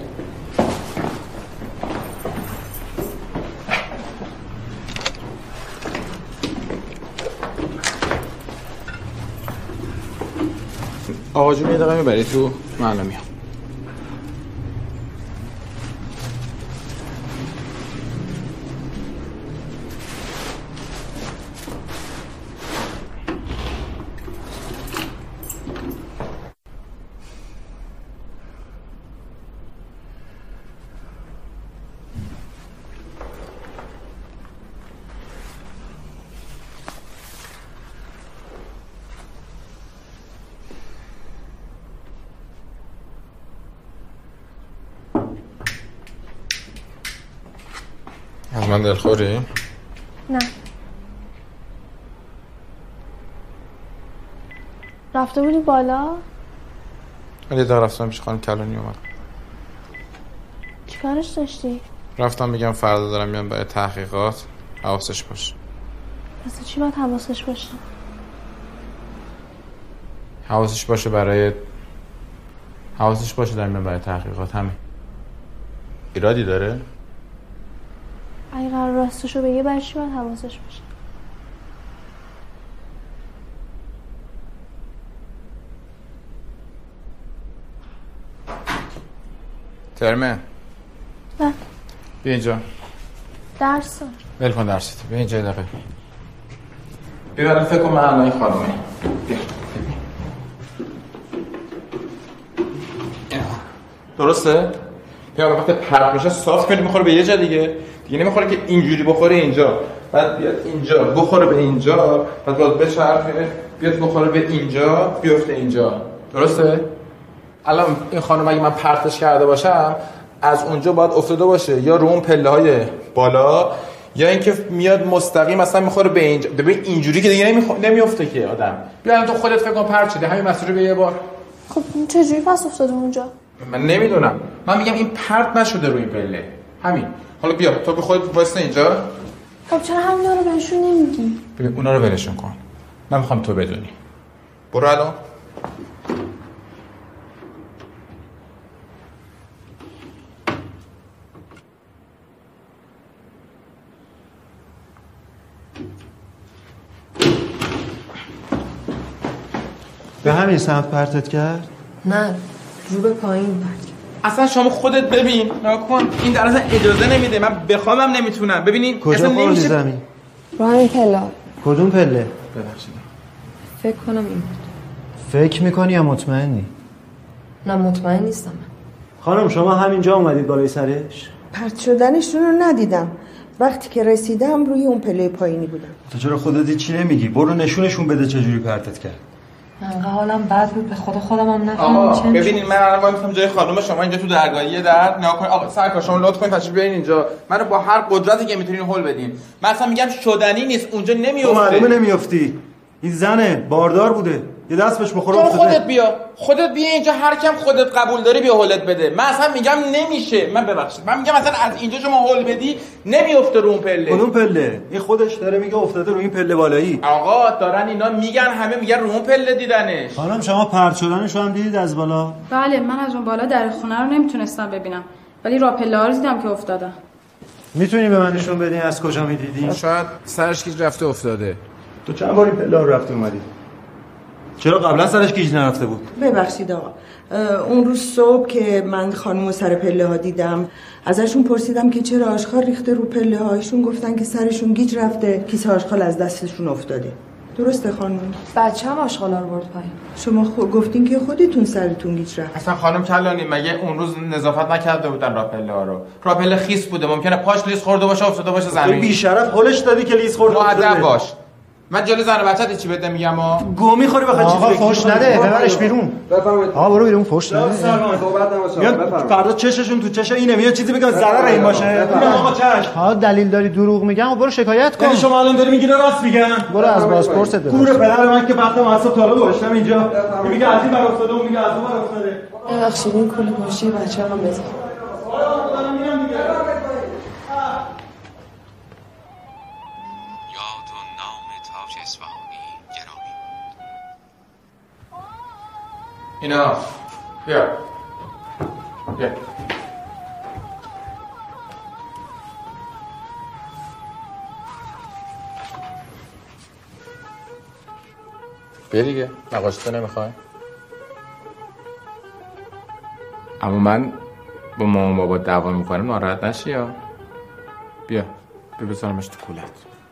آقا جون یه دقیقه میبری تو؟ من الان میام. از من دلخوری؟ نه. رفته بودی بالا؟ ولی دا رفتم پیش خانم کلانی اومد. چی کارش داشتی؟ رفتم میگم فردا دارم میام برای تحقیقات، حواسش باشه. اصلا چی باید حواسش باشه؟ حواسش باشه برای حواسش باشه دارم میام برای تحقیقات. همین. ایرادی داره؟ اگه قرار راستشو بگه برای چی باید حواسش باشه؟ ترمه نه بیا اینجا. درس ول کن درست. بیا اینجا دقیقه. بیا برای فکر کن من الان این خانومه. بیا درسته؟ بیا وقتی پرت میشه صاف کنی میخوره به یه جا دیگه. دیگه نمیخوره که اینجوری بخوره اینجا. بعد بیاد اینجا بخوره به اینجا. بعد باز بچرخه بیاد بخوره به اینجا بیفته اینجا. درسته؟ الان این خانم اگه من پرتش کرده باشم از اونجا باید افتاده باشه یا رو اون پله‌های بالا یا اینکه میاد مستقیم مثلا میخوره به اینجا. ببین اینجوری که دیگه نمیخ... نمیفته که آدم. بیا الان تو خودت فکر کن پرت شده همین مسیر رو به یه بار. خب چجوری پس افتاده اونجا؟ من نمیدونم. من میگم این پرت نشده روی پله. همین. حالا بیا تو به خودت واسه اینجا. خب چرا همینا رو بهشون نمیگی؟ ببین اونا رو ولشون کن. من میخوام تو بدونی. برو الان. به همین سمت پرتت کرد؟ نه رو به پایین پرت کرد. اصلا شما خودت ببین نکن این در اصلا اجازه نمیده. من بخوامم نمیتونم. ببینین کجا خوردی زمین؟ رو همین پله. کدوم پله؟ ببخشید فکر کنم این بود. فکر میکنی یا مطمئنی؟ نه مطمئن نیستم من. خانم شما همینجا اومدید بالای سرش؟ پرت شدنشون رو ندیدم. وقتی که رسیدم روی اون پله پایینی بودم. تو چرا خودت چی نمیگی؟ برو نشونشون بده چجوری پرتت کرد. انقدر حالم بد بود به خدا خودم هم آقا نفهمیدم. ببینید من الان وای میستم جای خانم شما اینجا تو درگاهی در ناکن. آقا سرکار شما لطف کنید تشریف بیارین اینجا. منو با هر قدرتی که میتونین هول بدین. من اصلا میگم شدنی نیست اونجا نمیافته. تو معلومه نمیافتی. این زنه باردار بوده. یه دست بهش بخوره تو افتاده. خودت بیا. خودت بیا اینجا هر کم خودت قبول داری بیا هولت بده. من اصلا میگم نمیشه. من ببخشید. من میگم مثلا از اینجا شما هول بدی نمیافته رو اون پله. کدوم پله؟ این خودش داره میگه افتاده رو این پله بالایی. آقا دارن اینا میگن همه میگن رو اون پله دیدنش. خانم شما پرت شدنشو هم دیدید از بالا؟ بله من از اون بالا در خونه رو نمیتونستم ببینم ولی راه پله ها رو دیدم که افتادن. میتونی به من نشون بدین از کجا میدیدی؟ شاید سرش گیج رفته افتاده. تو چند بار این پله رو رفتی اومدی؟ چرا قبلا سرش گیج نرفته بود؟ ببخشید آقا. اون روز صبح که من خانومو سر پله ها دیدم ازشون پرسیدم که چرا آشغال ریخته رو پله هاشون گفتن که سرشون گیج رفته کیسه آشغال از دستشون افتاده. درسته خانم؟ بچه هم آشغالا رو برد پایین. شما خو... گفتین که خودتون سرتون گیج رفت. اصلا خانم کلانی مگه اون روز نظافت نکرده بودن راه پله ها رو؟ راه پله خیس بوده ممکنه پاش لیز خورده باشه افتاده باشه زمین. بی شرف هولش دادی که لیز خورده باشه. مؤدب باش. من جلوی زن و بچه‌ت چی بده میگم ها؟ گو میخوری بخواد چیزی بگی. فوش نده ببرش بیرون. بفرمایید. آقا برو بیرون فوش نده. صحبت نباشه. بفرمایید. فردا چششون تو چش اینه میاد چیزی بگه ضرر این باشه. آقا چش. ها دلیل داری دروغ میگن برو شکایت کن. یعنی شما الان داری میگی راست میگن؟ برو از بازپرست بپرس. گور پدر من که وقت معصب طالب گذاشتم اینجا. میگه از این بر افتاده اون میگه از اون بر افتاده. ببخشید این کلی گوشی بچه‌ام بزن. اینا بیا بیا بیا دیگه نقاشتو نمیخوای؟ اما من با مامان بابا دعوا میکنم ناراحت نشی یا بیا بیا بذارمش تو کولت.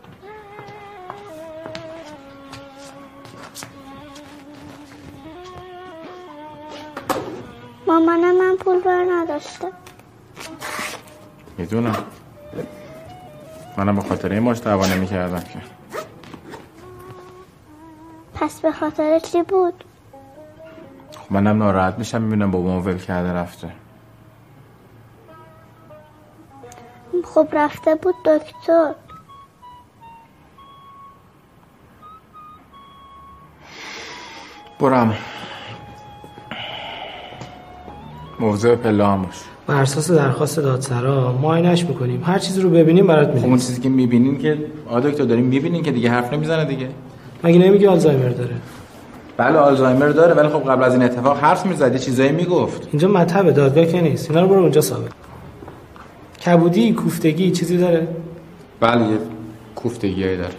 مامانم من پول بر نداشته. میدونم منم به خاطر این باش دعوا نمی‌کردم که. پس به خاطر چی بود؟ خب منم ناراحت میشم میبینم بابام ول کرده رفته. خب رفته بود دکتر. برم موضوع پله هم باش. بر اساس درخواست دادسرا معاینه‌اش میکنیم، هر چیزی رو ببینیم برات میدیم. اون چیزی که میبینین که آقا دکتر داریم میبینین که دیگه حرف نمیزنه دیگه. مگه نمیگی آلزایمر داره؟ بله آلزایمر داره، ولی خب قبل از این اتفاق حرف میزد، یه چیزایی میگفت. اینجا مطب دادگاه که نیست، اینا رو برو اونجا ثابت. کبودی، کوفتگی چیزی داره؟ بله یه کوفتگیایی داره.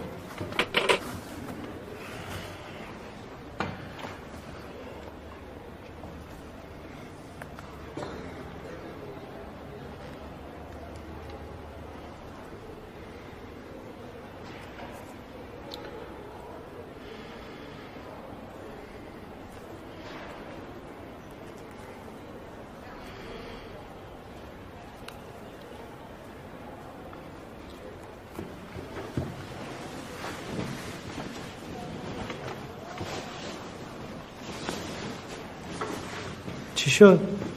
چی شد؟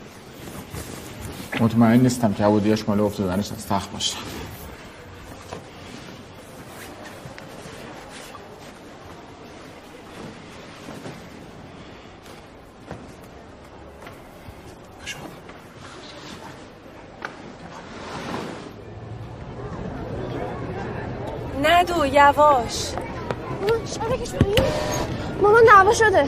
مطمئن نیستم که عبودیاش مال افتادنش از تخت باشه. ندو یواش. شما بکش پایین. مامان دعوا شده.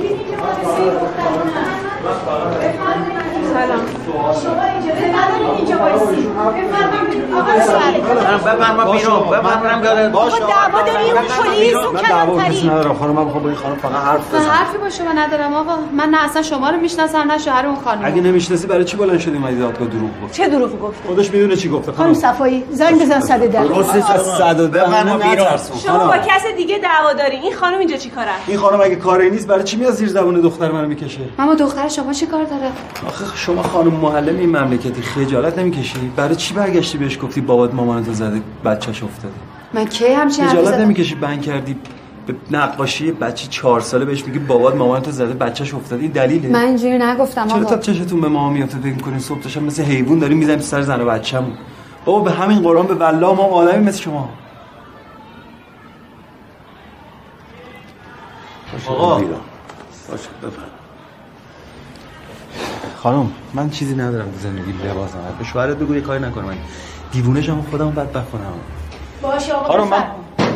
سلام. شما اینجا بفرمایید اینجا وایسید. بفرمایید آقا شهر. بفرما بیرون. بفرمایید داره. باشه. دعوا داریم پلیس اون کلانتری. ندارم خانم، من میخوام با این خانم فقط حرف بزنم. حرفی با شما ندارم آقا. من نه اصلا شما رو میشناسم نه شوهر اون خانم. اگه نمیشناسی برای چی بلند شدی اومدی دادگاه دروغ گفت؟ چه دروغی گفت؟ خودش میدونه چی گفته. خانم صفایی زنگ بزن صد ده. درسته صد ده. بفرما بیرون. شما با کس دیگه دعوا داری. این خانم اینجا چیکاره؟ این خانم اگه کاری نیست برای چی میاد زیر زبون دختر منو میکشه؟ ماما دختر شما چی کار داره؟ آخه شما خانم معلم این مملکتی خجالت نمیکشی؟ برای چی برگشتی بهش گفتی بابات مامانتو زده بچه‌ش افتاده؟ من کی همچین حرفی خجالت زدم؟ نمیکشی بند کردی به نقاشی بچه چهار ساله بهش میگی بابات مامانتو زده بچه‌ش افتاده؟ این دلیله؟ من اینجوری نگفتم چرا آقا. تا چشتون به ما میافته فکر می‌کنین صبح تا شب مثل حیوان داریم میزنیم سر زن و بچه‌مون؟ بابا به همین قرآن به والله ما آدمی مثل شما. آقا باشه بفرمایید. خانم من چیزی ندارم تو زندگی لباسم. به شوهرت بگو یه کاری نکنه، من دیوونه شم خودمو بدبخت کنم. باشه آقا خانم من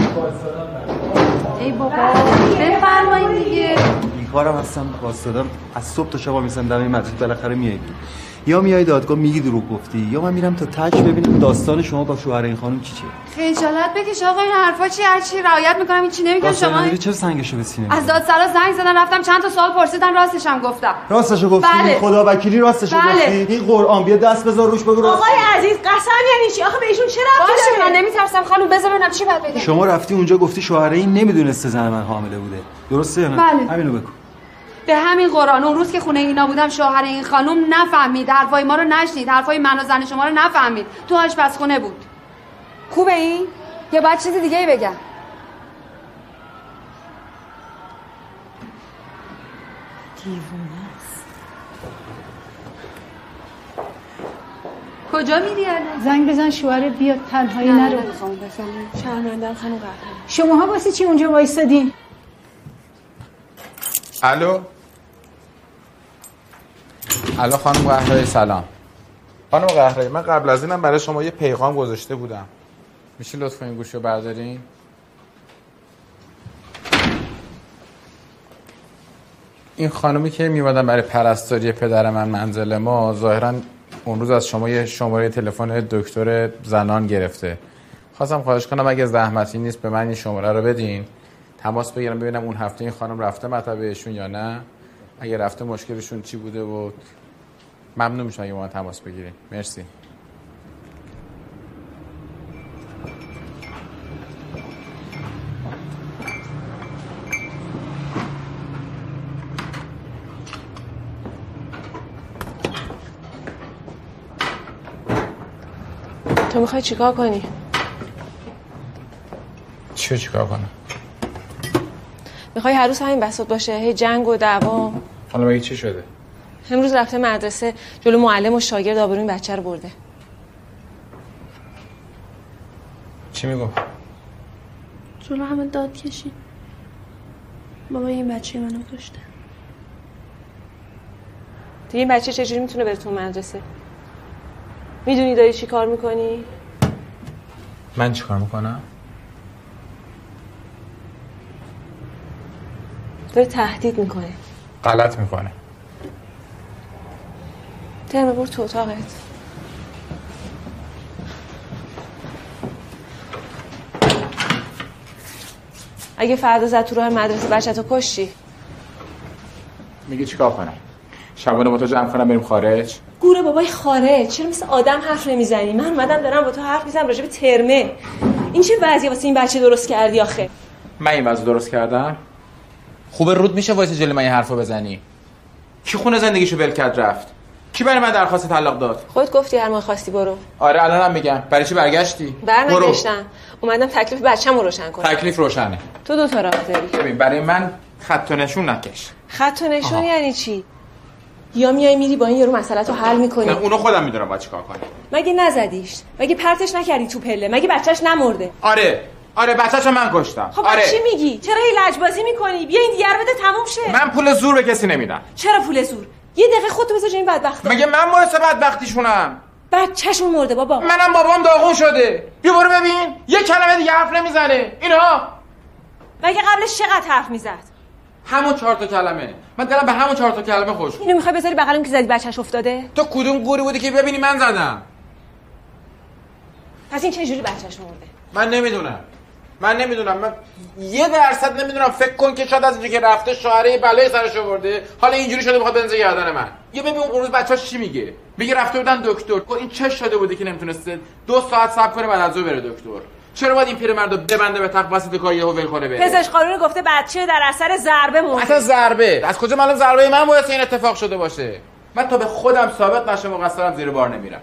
ای بابا بفرمایید دیگه. بیکارم هستم واسطادم از صبح تا شب میسن دم این مسجد بالاخره میای. یا میای دادگاه میگی دروغ گفتی یا من میرم تا تاج ببینم داستان شما با شوهر این خانم چی چیه. خجالت بکش آقا، این حرفا چی؟ هر چی رعایت میکنم این چی نمیگم شما. میگی چرا سنگشو به سینه از دادسرا زنگ زدن رفتم چند تا سوال پرسیدن راستش هم گفتم. راستشو گفتی؟ بله. خدا وکیلی راستشو بله. گفتی؟ این قرآن بیا دست بذار روش بگو راست. آقای عزیز قسم یعنی چی؟ آخه بهشون چه ربطی باشه داره؟ من نمیترسم خانم، بذار ببینم چی باید بگم. شما رفتی اونجا گفتی شوهر این نمیدونسته زن من حامله بوده، درسته یا نه؟ بله. همینو بگو. به همین قرآن اون روز که خونه اینا بودم شوهر این خانم نفهمید، حرفای ما رو نشنید، حرفای من و زن شما رو نفهمید، تو آشپزخونه بود. خوبه این؟ یا باید چیز دیگه ای بگم؟ دیوونه است. کجا میری الان؟ زنگ بزن شوهرت بیاد، تنهایی نه نرو. نمیخوام بزنم. شرمنده ام خانم قهرمان. شماها واسه چی اونجا وایسادین؟ الو الو خانم قهرایی سلام. خانم قهرایی من قبل از اینم برای شما یه پیغام گذاشته بودم، میشه لطفا این گوشی رو بردارین؟ این خانومی که میومدن برای پرستاری پدر من منزل ما ظاهرا اون روز از شما یه شماره تلفن دکتر زنان گرفته. خواستم خواهش کنم اگه زحمتی نیست به من این شماره رو بدین، تماس بگیرم ببینم اون هفته این خانم رفته مطبشون یا نه، اگه رفته مشکلشون چی بوده و ممنون میشم اگه با من تماس بگیرین. مرسی. تو میخوای چیکار کنی؟ چیو چیکار کنم؟ میخوای هر روز همین بساط باشه؟ هی جنگ و دعوا؟ حالا مگه چی شده؟ امروز رفته مدرسه جلو معلم و شاگرد آبروی بچه رو برده. چی میگم؟ جلو همه داد کشید. بابا این بچه منو کشته. دیگه این بچه چجوری میتونه بره تو مدرسه؟ میدونی داری چی کار میکنی؟ من چی کار میکنم؟ داری تهدید میکنه. غلط میکنه. ترمه برو تو اتاقت. اگه فردا زد تو راه مدرسه بچه‌تو کشتی. میگه چیکار کنم؟ شبانه با تو جمع کنم بریم خارج؟ گوره بابای خارج، چرا مثل آدم حرف نمیزنی؟ من اومدم دارم با تو حرف میزنم راجع به ترمه. این چه وضعیه واسه این بچه درست کردی آخه؟ من این وضع درست کردم؟ خوبه رود میشه واسه جلوی من این حرفو بزنی؟ کی خونه زندگیشو ول کرد رفت؟ کی برای من درخواست طلاق داد؟ خودت گفتی هر موقع خواستی برو. آره الانم میگم. برای چی برگشتی؟ برنگشتم. اومدم تکلیف بچه‌مو روشن کنم. تکلیف روشنه. تو دو تا راه داری. ببین برای من خط و نشون نکش. خط و نشون یعنی چی؟ یا میای میری با این یارو مسئله‌تو حل می‌کنی؟ نه اونو خودم میدونم باید چیکار کنم. مگه نزدیش؟ مگه پرتش نکردی تو پله؟ مگه بچه‌ش نمرده؟ آره. آره بچه‌شو من کشتم. خب آره. چی میگی؟ چرا این لجبازی می‌کنی؟ بیا این دیگه رو بده تموم شه. من پول زور به کسی نمیدم. چرا پول زور؟ یه دقیقه خودتو بذار جای این بدبختا. مگه من باعث بدبختیشونم؟ بچه‌شون مرده بابا. منم بابام داغون شده. بیا برو ببین. یه کلمه دیگه حرف نمیزنه. اینا. مگه قبلش چقدر حرف میزد؟ همون چهار تا کلمه. من دلم به همون چهار تا کلمه خوش. اینو میخوای بذاری بغل اون که زدی بچه‌ش افتاده؟ تو کدوم گوری بودی که ببینی من زدم؟ پس این چه جوری بچه‌ش مرده؟ من نمیدونم. من نمیدونم. من یه درصد نمیدونم. فکر کن که شاید از اینجا که رفته شوهره بلای سرش آورده، حالا اینجوری شده میخواد بنزه گردن من. یه ببین اون روز بچه‌ش چی میگه؟ میگه رفته بودن دکتر. این چه شده بوده که نمیتونسته دو ساعت صبر کنه بعد از ظهر بره دکتر؟ چرا باید این پیرمردو ببنده به تق وسط کار یهو ول کنه بره؟ پزشک قانون گفته بچه در اثر ضربه مرده. اصلا ضربه؟ از کجا معلوم ضربه من باعث این اتفاق شده باشه؟ من تا به خودم ثابت نشه مقصرم زیر بار نمیرم.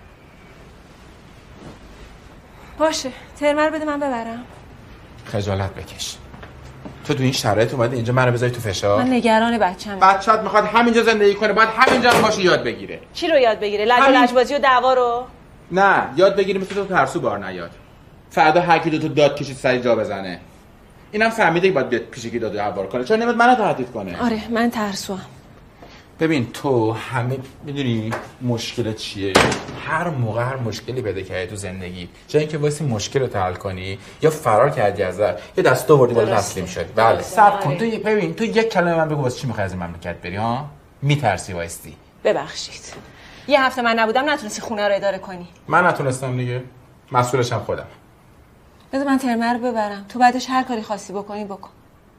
باشه، ترمر بده من ببرم. خجالت بکش. تو تو این شرایط اومدی اینجا منو بذاری تو فشار؟ من نگران بچه‌ام. بچه‌ت میخواد همینجا زندگی کنه، باید همینجا هم باشه یاد بگیره. چی رو یاد بگیره؟ لج و لجبازی و دعوا رو؟ نه، یاد بگیره مثل تو ترسو بار نیاد. فردا هر کی دو تا داد کشید سری جا بزنه. اینم فهمیده که باید بیاد پیش کی داد هوار کنه. چرا نمیاد منو تهدید کنه؟ آره، من ترسوام. ببین تو همه میدونی مشکل چیه؟ هر موقع هر مشکلی پیدا کردی تو زندگی، جای اینکه واسه مشکل رو حل کنی یا فرار کردی ازش، یا دست آوردی بالا تسلیم شدی. بله، صبر کن. تو ببین تو یک کلمه من بگو واسه چی می‌خوای از این مملکت بری ها؟ میترسی وایستی. ببخشید. یه هفته من نبودم نتونستی خونه رو اداره کنی. من نتونستم دیگه. مسئولشم خودم. بذار من ترمر رو ببرم. تو بعدش هر کاری خواستی بکنی بکن.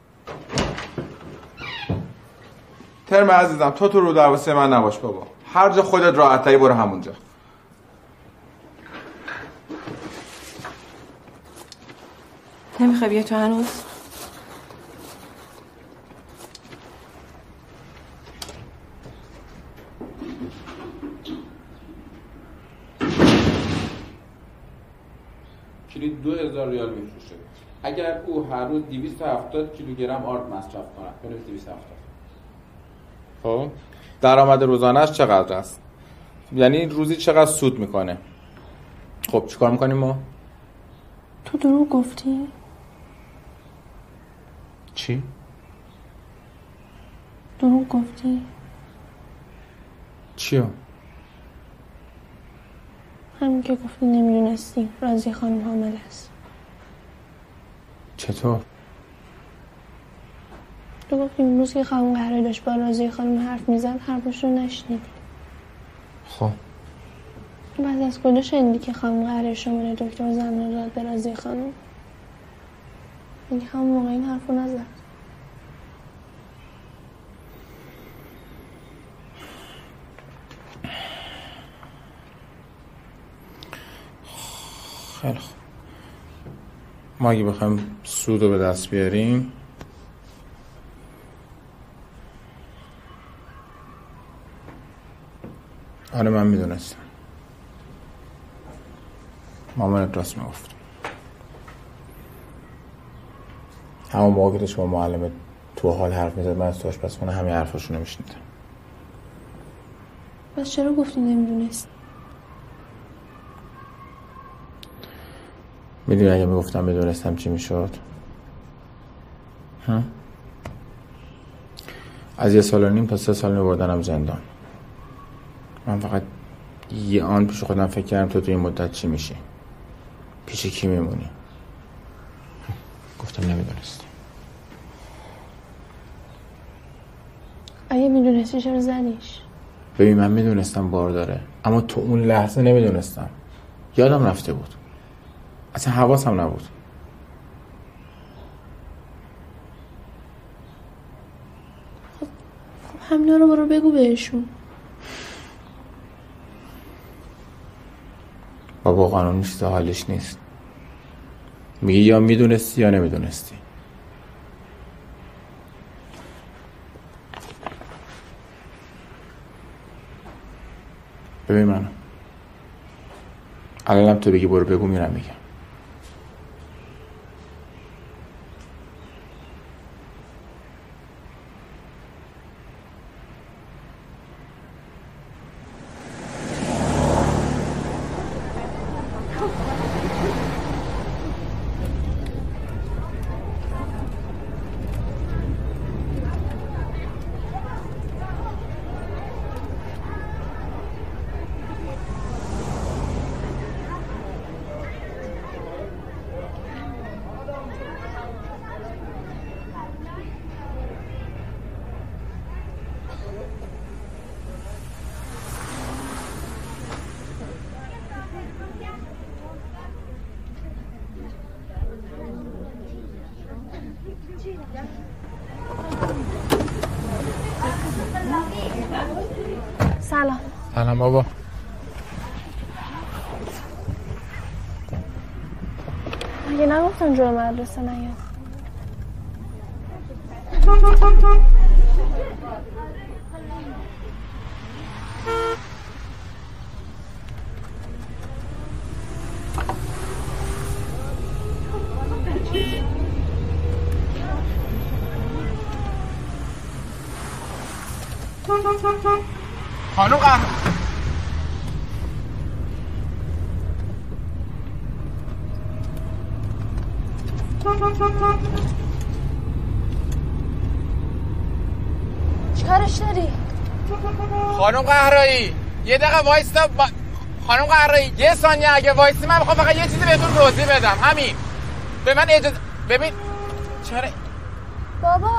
ترم عزیزم تو تو رو درواسه من نباش بابا. هر جا خودت راحت تری برو همونجا. نمیخوای بیا تو هنوز؟ کیلو دو هزار ریال میفروشه. اگر او هر روز دویست و هفتاد کیلوگرم آرد مصرف کنه، بنویس دویست و هفتاد. خب درآمد روزانه‌اش چقدر است؟ یعنی روزی چقدر سود میکنه؟ خب چیکار میکنیم ما؟ تو دروغ گفتی؟ چی؟ دروغ گفتی؟ چیو؟ همین که گفتی نمیدونستی راضیه خانم حامل است. چطور؟ تو گفتی امروز که خانم قراره داشت با راضیه خانم حرف میزد حرفش رو نشنیدی. خب بعد از کجا شنیدی که خانم قراره شماره دکتر زن رو داد به راضیه خانم؟ میگه همون موقع این حرف رو نزد. خیلی خوب. ما اگه بخوایم سود رو به دست بیاریم آره من میدونستم. مامانت راست میگفت. همون موقع که شما معلمت تو حال حرف میزد من از تو آشپزخونه همه حرفاشونو میشنیدم. پس چرا گفتی نمیدونست؟ میدونی اگه میگفتم بدونستم چی میشد؟ ها؟ از یه سال و نیم تا سه سال میبردنم زندان. من فقط یه آن پیش خودم فکر کردم تو توی این مدت چی میشی؟ پیش کی میمونی؟ گفتم نمیدونستم. اگه میدونستی چرا زدیش؟ ببین من میدونستم بار داره، اما تو اون لحظه نمیدونستم. یادم رفته بود، اصلا حواسم نبود. خب همینا رو برو بگو بهشون. بابا قانون نیست، حالش نیست. میگه یا میدونستی یا نمیدونستی. ببین منو الانم تو بگی برو بگو میرم میگم. سلام. سلام بابا. مگه نگفتن جلو مدرسه نیاد؟ خانم قهر چیکارش داری؟ خانم قهرایی یه دقیقه وایستا با... خانم قهرایی یه ثانیه اگه وایسی من میخوام فقط یه چیزی بهتون توضیح بدم. همین به من اجازه. ببین چرا بابا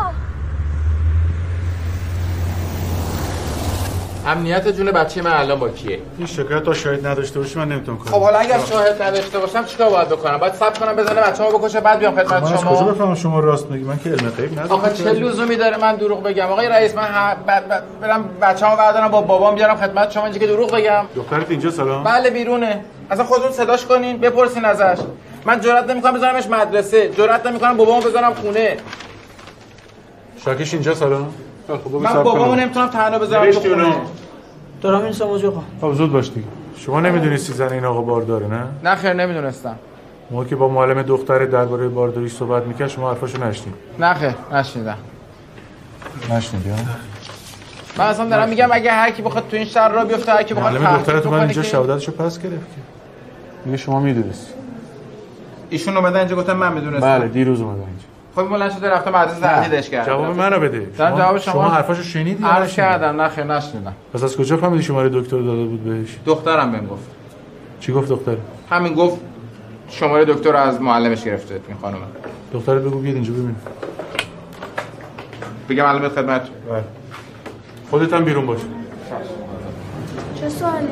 امنیت جون بچه من الان با کیه؟ این شکایت تا شاهد نداشته باشی من نمیتونم کنم. خب حالا اگر شاهد نداشته باشم چیکار باید بکنم؟ باید صبر کنم بزنه بچه‌مو بکشه بعد بیام خدمت شما؟ من از کجا بفهمم شما راست میگی؟ من که علم غیب ندارم. آخه چه لزومی داره من دروغ بگم؟ آقای رئیس من ه... ب... ب... برم بچه‌مو بردارم با بابام بیارم خدمت شما اینجا که دروغ بگم؟ دخترت اینجا سلام؟ بله بیرونه. اصلا خودتون صداش کنین بپرسین ازش. من جرئت نمی‌کنم بذارمش مدرسه، جرئت نمی‌کنم بابامو بذارم خونه. شاکش اینجا سلام؟ خب من بابامو نمیتونم تنها بذارم تو خونه. دارم این سماجو خواهم. خب زود باش دیگه. شما نمیدونستی زن این آقا بارداره نه؟ نه خیر نمیدونستم. ما که با معلم دختر درباره بارداری صحبت میکرد شما حرفاشو نشنید. نه خیر نشنیدم. نشنیدی ها؟ من اصلا دارم میگم اگه هر کی بخواد تو این شهر را بیفته هر کی بخواد معلم دخترت من اینجا شهادتشو پس گرفت. میگه شما میدونستی. ایشون اومدن اینجا گفتن من میدونستم. بله دیروز اومدن اینجا. خب بلند شده رفته مدرسه تهدیدش کرد. جواب منو بده. شما جواب شما شما حرفاشو شنیدی؟ عرض کردم نه خیر نشنیدم. پس از کجا فهمیدی شماره دکتر داده بود بهش؟ دخترم بهم گفت. چی گفت دختر؟ همین گفت شماره دکتر رو از معلمش گرفته این خانم. دخترت بگو بیاد اینجا ببین. بگم معلم خدمت. بله. خودت هم بیرون باش. چه سوالی؟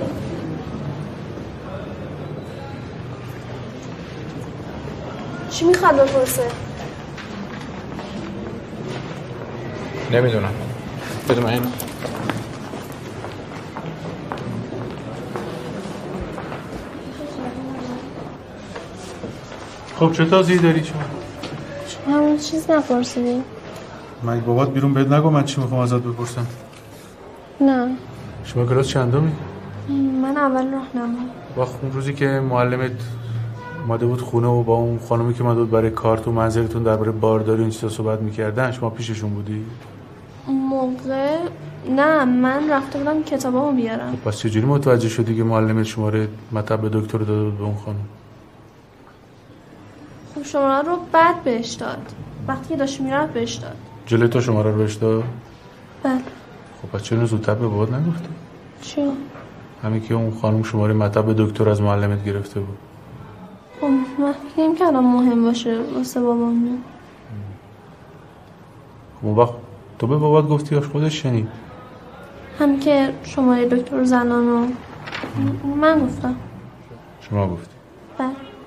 چی میخواد بپرسه؟ نمیدونم. بده من. خب چه تازه‌ای داری شما؟ شما همون چیز نپرسیدی؟ من بابات بیرون بهت نگو من چی میخوام ازت بپرسم؟ نه. شما کلاس چندمی؟ من اول راهنما. وقت اون روزی که معلمت اومده بود خونه و با اون خانومی که اومده بود برای کارت و منزلتون درباره بارداری این چیزا صحبت می‌کردن شما پیششون بودی؟ اون موقع نه من رفته بودم کتابامو بیارم. پس چجوری متوجه شدی که معلمت شماره مطب دکتر داده بود به اون خانم؟ شماره رو بعد بهش داد. وقتی که داشت میرفت بهش داد. جلوی تو شماره رو بهش داد؟ بله. خب پس چرا زودتر به بابات نگفتی؟ چی؟ همین که اون خانم شماره مطب دکتر از معلمت گرفته بود. خب من فکر نمی‌کردم مهم باشه واسه بابام. خب اون وقت تو به بابات گفتی یا خودش شنید؟ همین که شماره دکتر زنان رو من گفتم. شما گفتی؟ بله.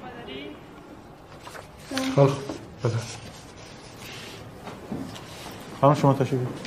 خب بده. خانم شما تشریف بیارید.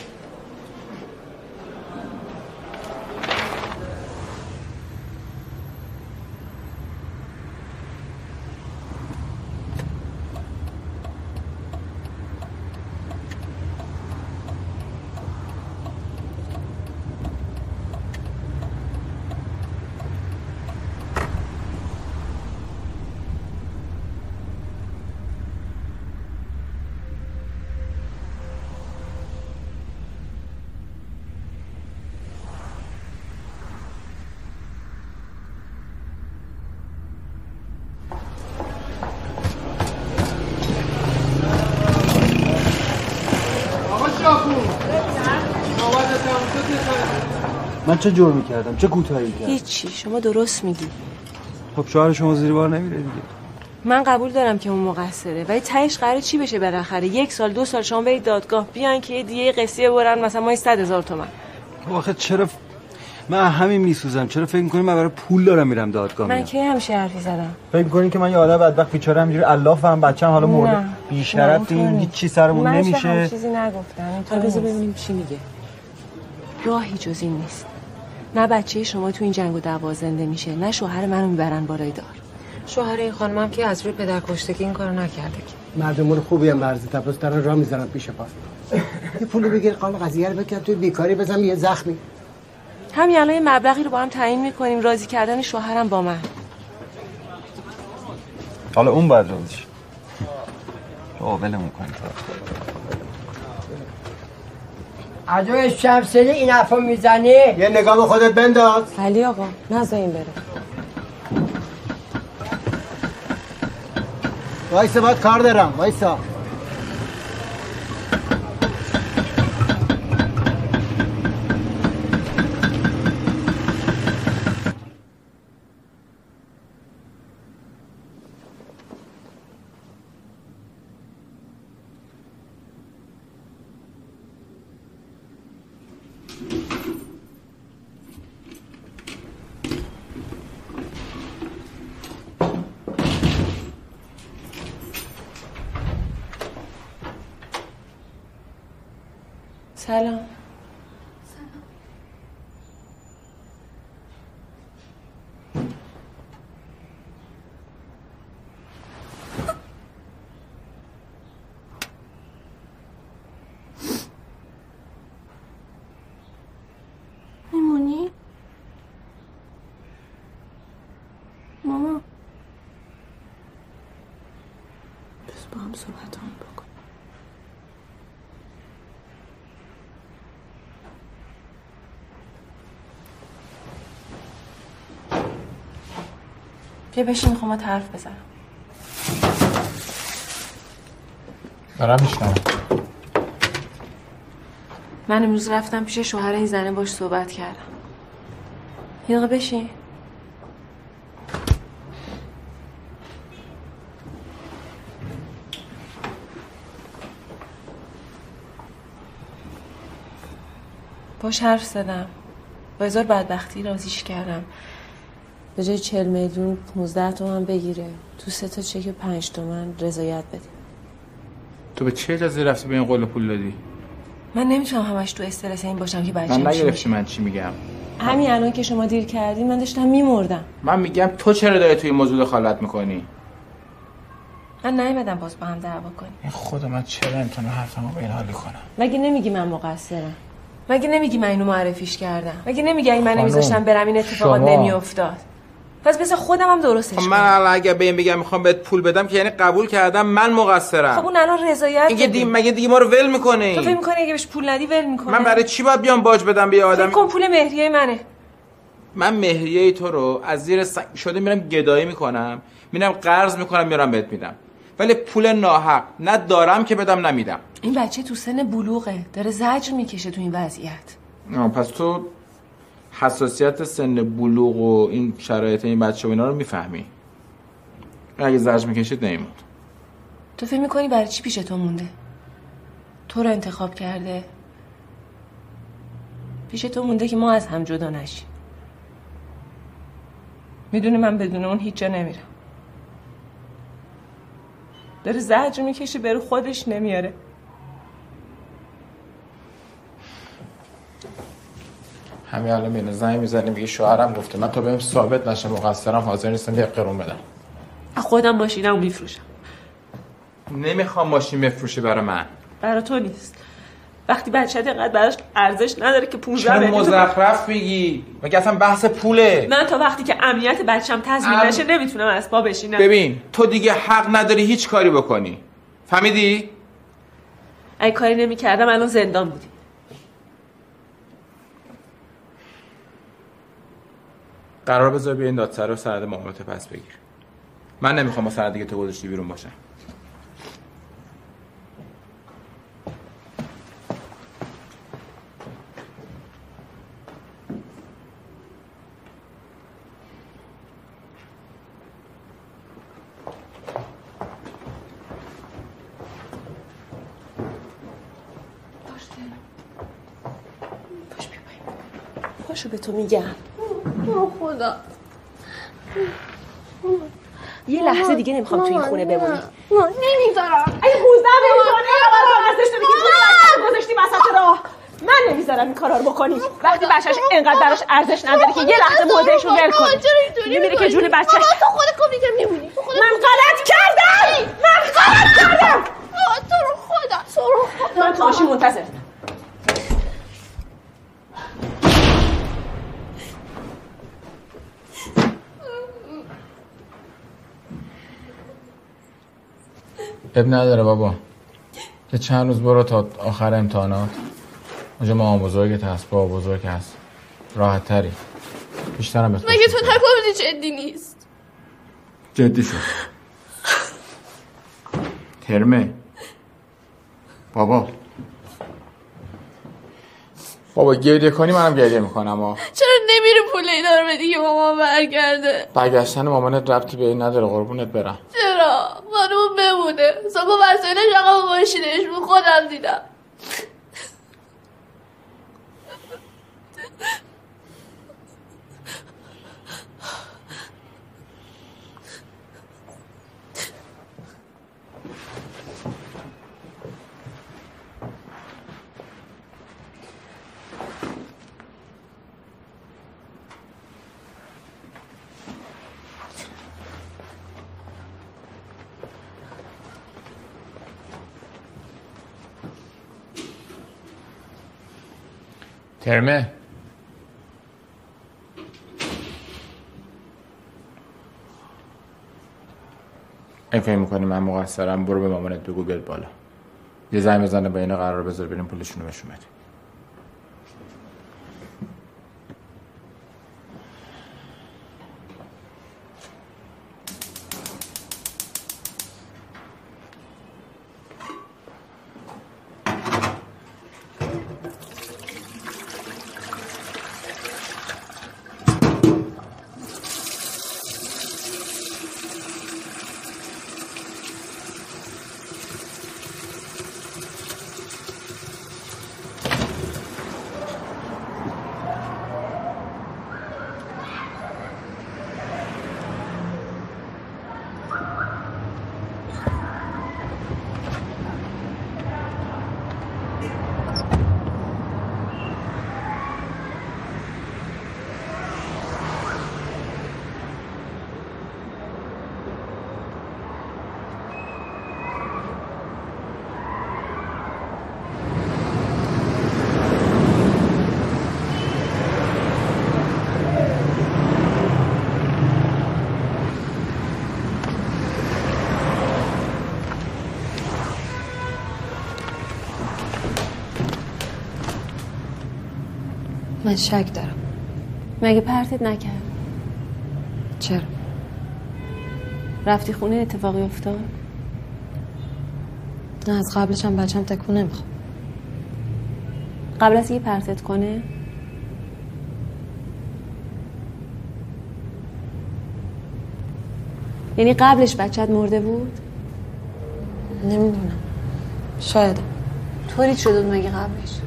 من چه جرمی کردم؟ چه کوتاهی کردم؟ هیچی، شما درست میگی. خب شوهر شما زیر بار نمیره دیگه. من قبول دارم که اون مقصره، ولی تهش قراره چی بشه بالاخره؟ یک سال دو سال شما برید دادگاه بیان که دیگه قصه برن مثلا ما صد هزار تومان. آخه چرا من همین میسوزم؟ چرا فکر می‌کنی من برای پول دارم میرم دادگاه؟ من کی همیشه حرفی زدم؟ فکر می‌کنی که من یه آدم بدبخت بیچاره همینجوری الله فهم بچه‌م حالا مرده بی شرف این هیچ چی سرمون نمیشه؟ من چیزی نگفتم. اینطور بذار ببینیم چی میگه. راهی جز این نیست. نه بچه شما تو این جنگ و دعوا زنده میشه، نه شوهر منو میبرن بالای دار. شوهر این خانمم که از روی پدر کشتگی این کارو نکرده که. مردمون خوبی هم برزی تپاس دارن راه میذارن پیش پا. یه پولی بگیر قال قضیه رو بکن توی بیکاری بزن یه زخمی. همین الان یه مبلغی رو با هم تعیین میکنیم راضی کردن شوهرم با من. حالا اون بعد راضی شه. تو ولمون کن. از اون شمسلی این حرفا میزنی؟ یه نگاه به خودت بنداز. علی آقا نذار این بره. وایسا باید کار دارم. وایسا. سلام. میمونی؟ ماما بس با هم صحبت هم بکن. بیا بشین میخوام حرف بزنم. دارم میشنم. من امروز رفتم پیش شوهر این زنه باش صحبت کردم. یه دقیقه بشین. باش حرف زدم. با هزار بدبختی راضیش کردم. به جای چهل میلیون پونزده تومن بگیره تو سه تا چک پنج تومن رضایت بده. تو به چه اجازه رفتی به این قول پول دادی؟ من نمیتونم همش تو استرس این باشم که بچه‌م من نگرفتی من چی میگم. همین الان که شما دیر کردین من داشتم میمردم. من میگم تو چرا داری توی این موضوع دخالت میکنی؟ من نیومدم باز با هم دعوا کنیم. این خدا من چرا نمیتونم حرفمو به این حالی کنم؟ مگه نمیگی من مقصرم؟ مگه نمیگی من اینو معرفیش کردم؟ مگه نمیگی اگه من نمیذاشتم برم این اتفاقات نمیافتاد؟ پس بذار خودم هم درستش کنم. من الان اگه به این بگم میخوام بهت پول بدم که یعنی قبول کردم من مقصرم. خب اون الان رضایت میگه دی مگه دیگه ما رو ول میکنه؟ تو فکر میکنی اگه بهش پول ندی ول میکنه؟ من برای چی باید بیام باج بدم به آدم؟ فکر کن پول مهریه منه. من مهریه تو رو از زیر سنگ شده میرم گدایی میکنم، میرم قرض میکنم میارم بهت میدم. ولی پول ناحق نه دارم که بدم نمیدم. این بچه تو سن بلوغه، داره زجر میکشه تو این وضعیت. نه پس تو حساسیت سن بلوغ و این شرایط این بچه و اینا رو میفهمی. اگه زجر میکشید نمیموند. تو فکر میکنی برای چی پیش تو مونده؟ تو رو انتخاب کرده؟ پیش تو مونده که ما از هم جدا نشیم. میدونی من بدون اون هیچ جا نمیرم. داره زجر میکشه برو خودش نمیاره. همین الان بینه زنگ میزنی میگه شوهرم گفته من تا بهم ثابت نشه مقصرم حاضر نیستم یه قرون بدم. خودم ماشینمو میفروشم. نمیخوام ماشین بفروشی برای من. برای تو نیست. وقتی بچه‌ت اینقدر براش ارزش نداره که پونزده میلیون مزخرف میگی؟ مگه اصلا بحث پوله؟ من تا وقتی که امنیت بچه‌م تضمین ام... نشه نمیتونم از پا بشینم. ببین تو دیگه حق نداری هیچ کاری بکنی. فهمیدی؟ اگه کاری نمی‌کردم الان زندان بودی. قرار بذار بیا این دادسر رو سند معاملات پس بگیر. من نمیخوام با سند دیگه تو گذاشتی بیرون باشم. پاشو به تو میگم. خدا یه لحظه دیگه نمیخوام تو این خونه بمونی. نمیذارم. ای خوزه بمونی آقا ازش نمیگی جون بچه‌ش گذاشتی وسط راه. من نمیذارم این کارا رو بکنی. وقتی بچه‌ش اینقدر براش ارزش نداره که یه لحظه موضعش رو ول کنی. میبینی که جون بچه‌ش تو خودت کمی که میمونی. من غلط کردم. من غلط کردم. تو رو خدا. تو رو خدا. من تو ماشین منتظرم. اب نداره بابا. که چند روز برو تا آخر امتحانات. اونجا مامان بزرگت هست، بابا بزرگ هست. راحت تری. بیشترم بهت. مگه تو نگفتی جدی نیست؟ جدی شد. ترمه. بابا. بابا گریه کنی منم گریه میکنم ها. چرا نمیری پول اینا رو بدی که مامان برگرده؟ برگشتن مامانت ربطی به این نداره قربونت برم. چرا؟ خانوم بمونه. صبح وسایلش آقا ماشینش بود خودم دیدم. ترمه این فهم میکنی من مقصرم برو به مامانت بگو بیاد بالا یه زنگ بزنه با اینا قرار بذار بریم پولشونو بهشون بدیم. من شک دارم. مگه پرتت نکرد؟ چرا؟ رفتی خونه اتفاقی افتاد؟ نه از قبلش هم بچم تکون نمیخوام. قبل از اینکه پرتت کنه؟ یعنی قبلش بچت مرده بود؟ نمیدونم، شاید. طوری شده بود مگه قبلش؟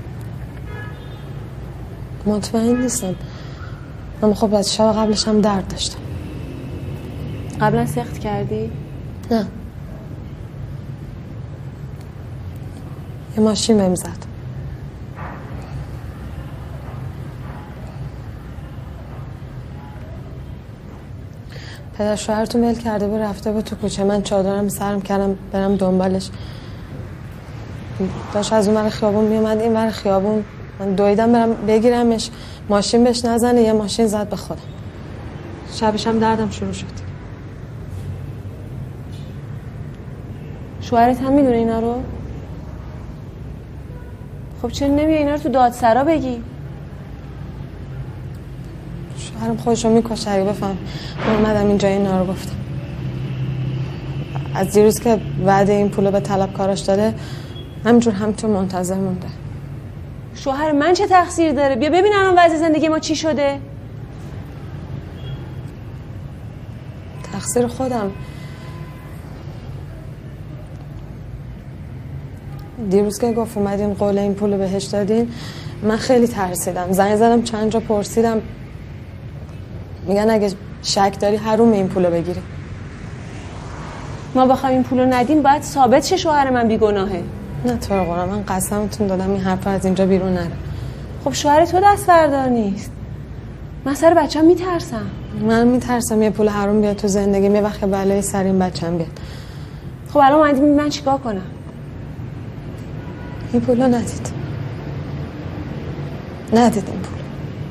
مطمئن نیستم، اما خب از شب قبلش هم درد داشتم. قبلا سخت کردی؟ نه، یه ماشین بهم زد. پدر شوهر تو میل کرده بود رفته بود تو کوچه، من چادرم سرم کردم برم دنبالش. داشت از اون ور خیابون میومد این ور خیابون، من دویدم برم بگیرمش، ماشین بهش نزنه، یه ماشین زد به خودم. شبش هم دردم شروع شد. شوهرت هم میدونه اینا رو؟ خب چرا نمیای اینا رو تو دادسرا بگی؟ شوهرم خودشو میکشه اگه بفهم من اومدم اینجا اینا رو گفتم. از دیروز که وعده این پولو به طلبکاراش داده همینجور همینطور منتظر مونده. شوهر من چه تقصیر داره؟ بیا ببین الان وضع زندگی ما چی شده. تقصیر خودم. دیروز که گفت اومدین قول این پولو بهش دادین من خیلی ترسیدم، زنگ زدم چند جا پرسیدم، میگن اگه شک داری حروم این پولو بگیری. ما بخوایم این پولو ندیم باید ثابت شه شوهر من بیگناهه. نه تو رو قرآن من قسمتون دادم این حرفا از اینجا بیرون نره. خب شوهر تو دست بردار نیست. من سر بچه‌م میترسم. من میترسم یه پول حروم بیاد تو زندگیم، یه وقت بلای سر این بچه‌م بیاد. خب الان اومدی من چیکار کنم؟ این پولو ندید. ندید این پول.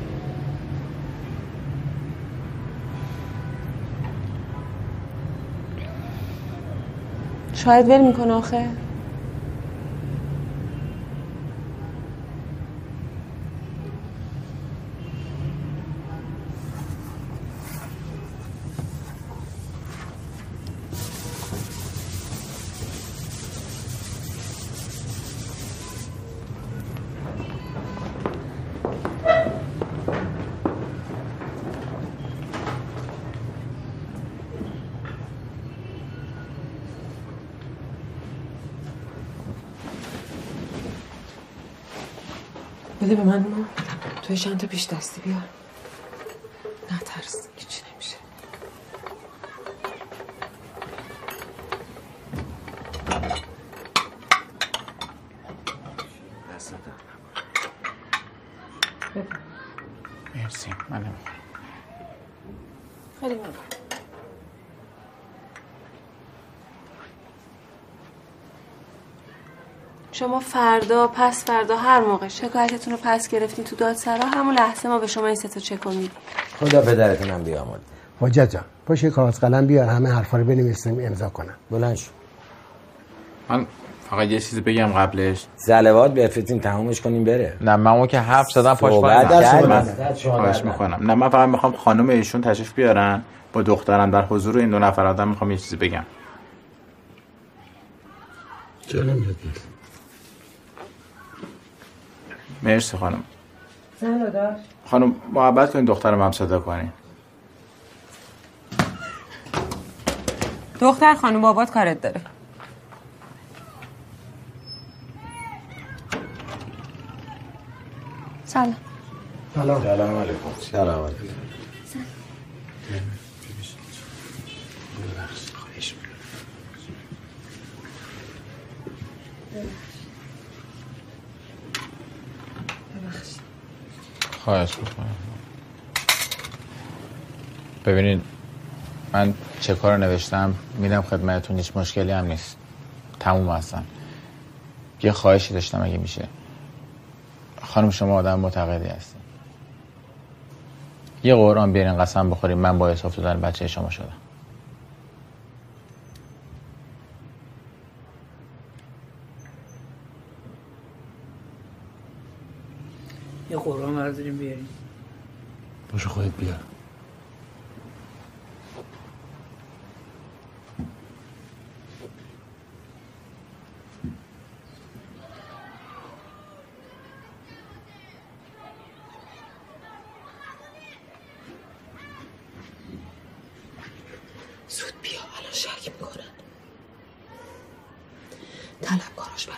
شاید ول میکنه آخه. بده به من توی چند تا پیش دستی بیار. نه ترس هیچی نمیشه. مرسی من نمیخوام. خیلی ممنون. شما فردا پس فردا هر موقع شکایتتون رو پس گرفتین تو دادسرا همون لحظه ما به شما این سه تا چک میدیم. خدا پدرتونم بیامرد. حجت جان باشه کاغذ قلم بیار همه حرفا رو بنویسیم امضا کنم. بلند شو. من فقط یه چیزی بگم قبلش. زلوات بفرستیم تمومش کنیم بره. نه من اون که حرف زدم پاش بعد خواهش میکنم. نه من فقط میخوام خانم ایشون تشریف بیارن با دخترم در حضور این دو نفر آدم میخوام یه چیزی بگم. چرا نمیاد؟ مرسی خانم. زن رو داشت خانم محبت کنین دخترم هم صدا کنین. دختر خانم بابات کارت داره. سلام. سلام. سلام علیکم. سلام علیکم. خواهش میکنم. ببینید من چه کار نوشتم میدم خدمتتون، هیچ مشکلی هم نیست، تموم هستم. یه خواهشی داشتم اگه میشه. خانم شما آدم معتقدی هستین، یه قرآن بیارین قسم بخوریم من باعث افتادن بچه شما شدم. یه قرآن برداریم بیاریم. باشه خودت بیار.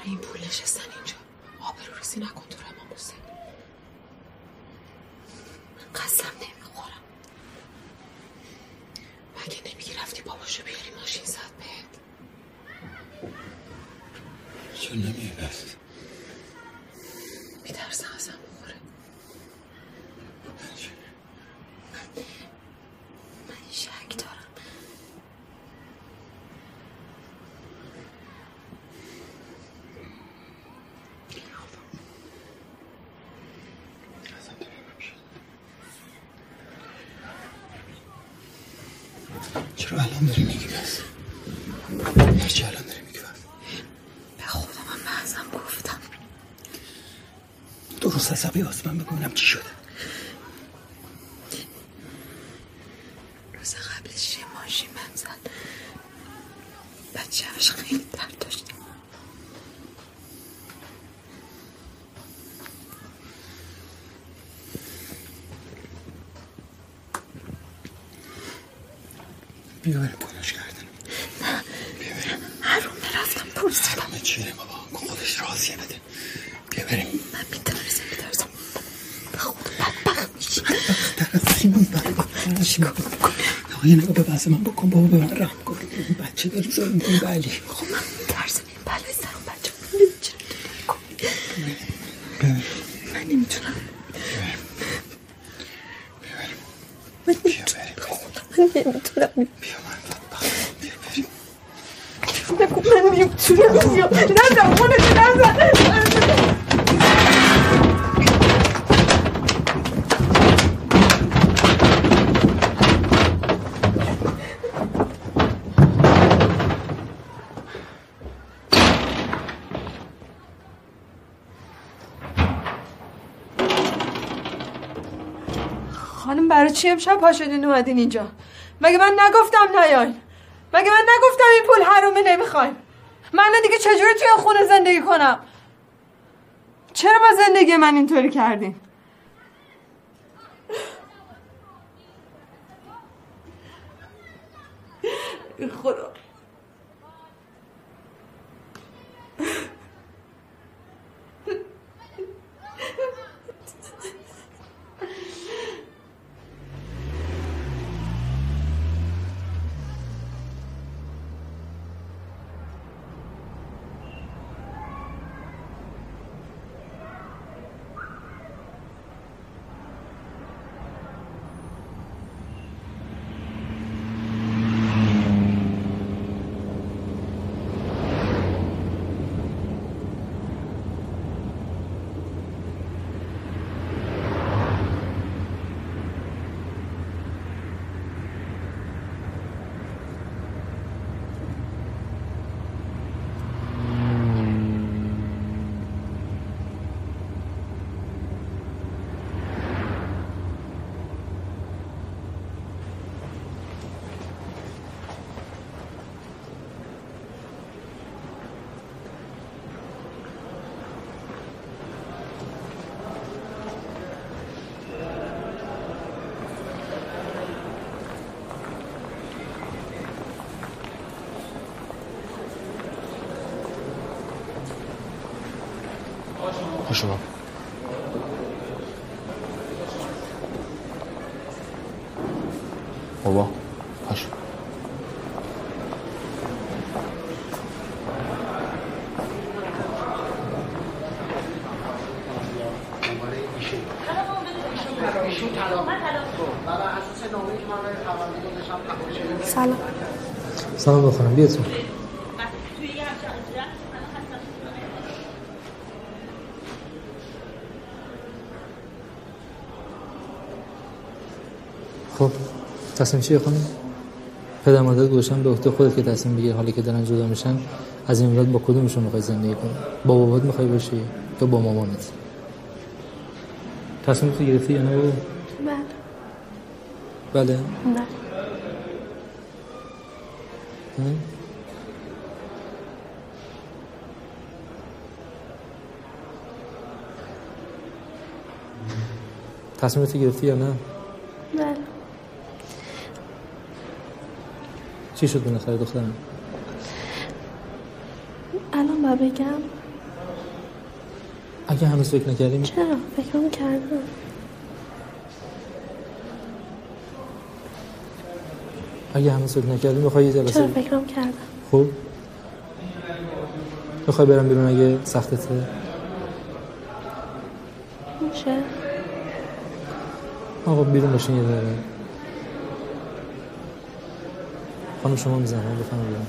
این پول نشستن اینجا. آبرو ریزی نکن تو امام حسین. من قسم نمیخورم. مگه نمیگی رفتی باباشو بیاری ماشین زد بهت؟ چون نمیگی بس؟ میترسه ازم بخوره. من شک دارم. چرا الان داری میگی بس؟ هرچی الان داری میگی بس؟ به خدا من بعضم گفتم. درست حسابی واسه من بگونم چی شده؟ روز قبلش یه ماشین بهم زد. بچه‌اش خیلی درد داشت. بیا بریم پولش کردن. نه بیا بریم. هر رو میرفتم پرسیدم. همه چیه بابا خودش راضیه بده. بیا بریم. من میترسم میترسم. به خود بدبخت میشی. بدبخت از سیمون بدبخت چیکار کنم؟ یه نگاه به بحث من بکن بابا به من رحم کن. این بچه داری زار میکنی بلی. خب من میترسم این بلای سر اون بچه نمیتونم دونی کنی. من نمیتونم. من نمیتونم. بیا من بدبخت. بیا بریم. نکن من نمیتونم. بیا نزم خونتو نزم. خانم برای چی امشب پا شدین اومدین اینجا؟ مگه من نگفتم نیاین؟ مگه من نگفتم این پول حرومه نمیخوایم؟ من دیگه چجوری توی خونه زندگی کنم؟ چرا با زندگی من اینطوری کردین؟ خدا شما بابا پاشو سلام سلام بخورم بیا تو خب تصمیم چیه خانم؟ پدر مادر گوشن به عهده خودت که تصمیم بگیر حالی که دارن جدا میشن از این ولاد با کدومشون میخوای زندگی کنی؟ با بابات میخوای باشی یا با مامانت؟ تصمیم تو گرفتی یا نه؟ بله بله؟ نه ها؟ تصمیم تو گرفتی یا نه؟ بله چی شد بالاخره دخترم؟ الان با بگم اگه هنوز فکر نکردیم چرا؟ فکرم کردم. اگه هنوز فکر نکردیم میخوای یه جلسه چرا فکرم کردم؟ خب میخوای برم بیرون اگه سختته؟ میشه؟ آقا بیرون باشین یه دقیقه. خانم شما میزنم بفهم بیرون.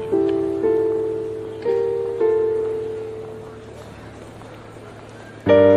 you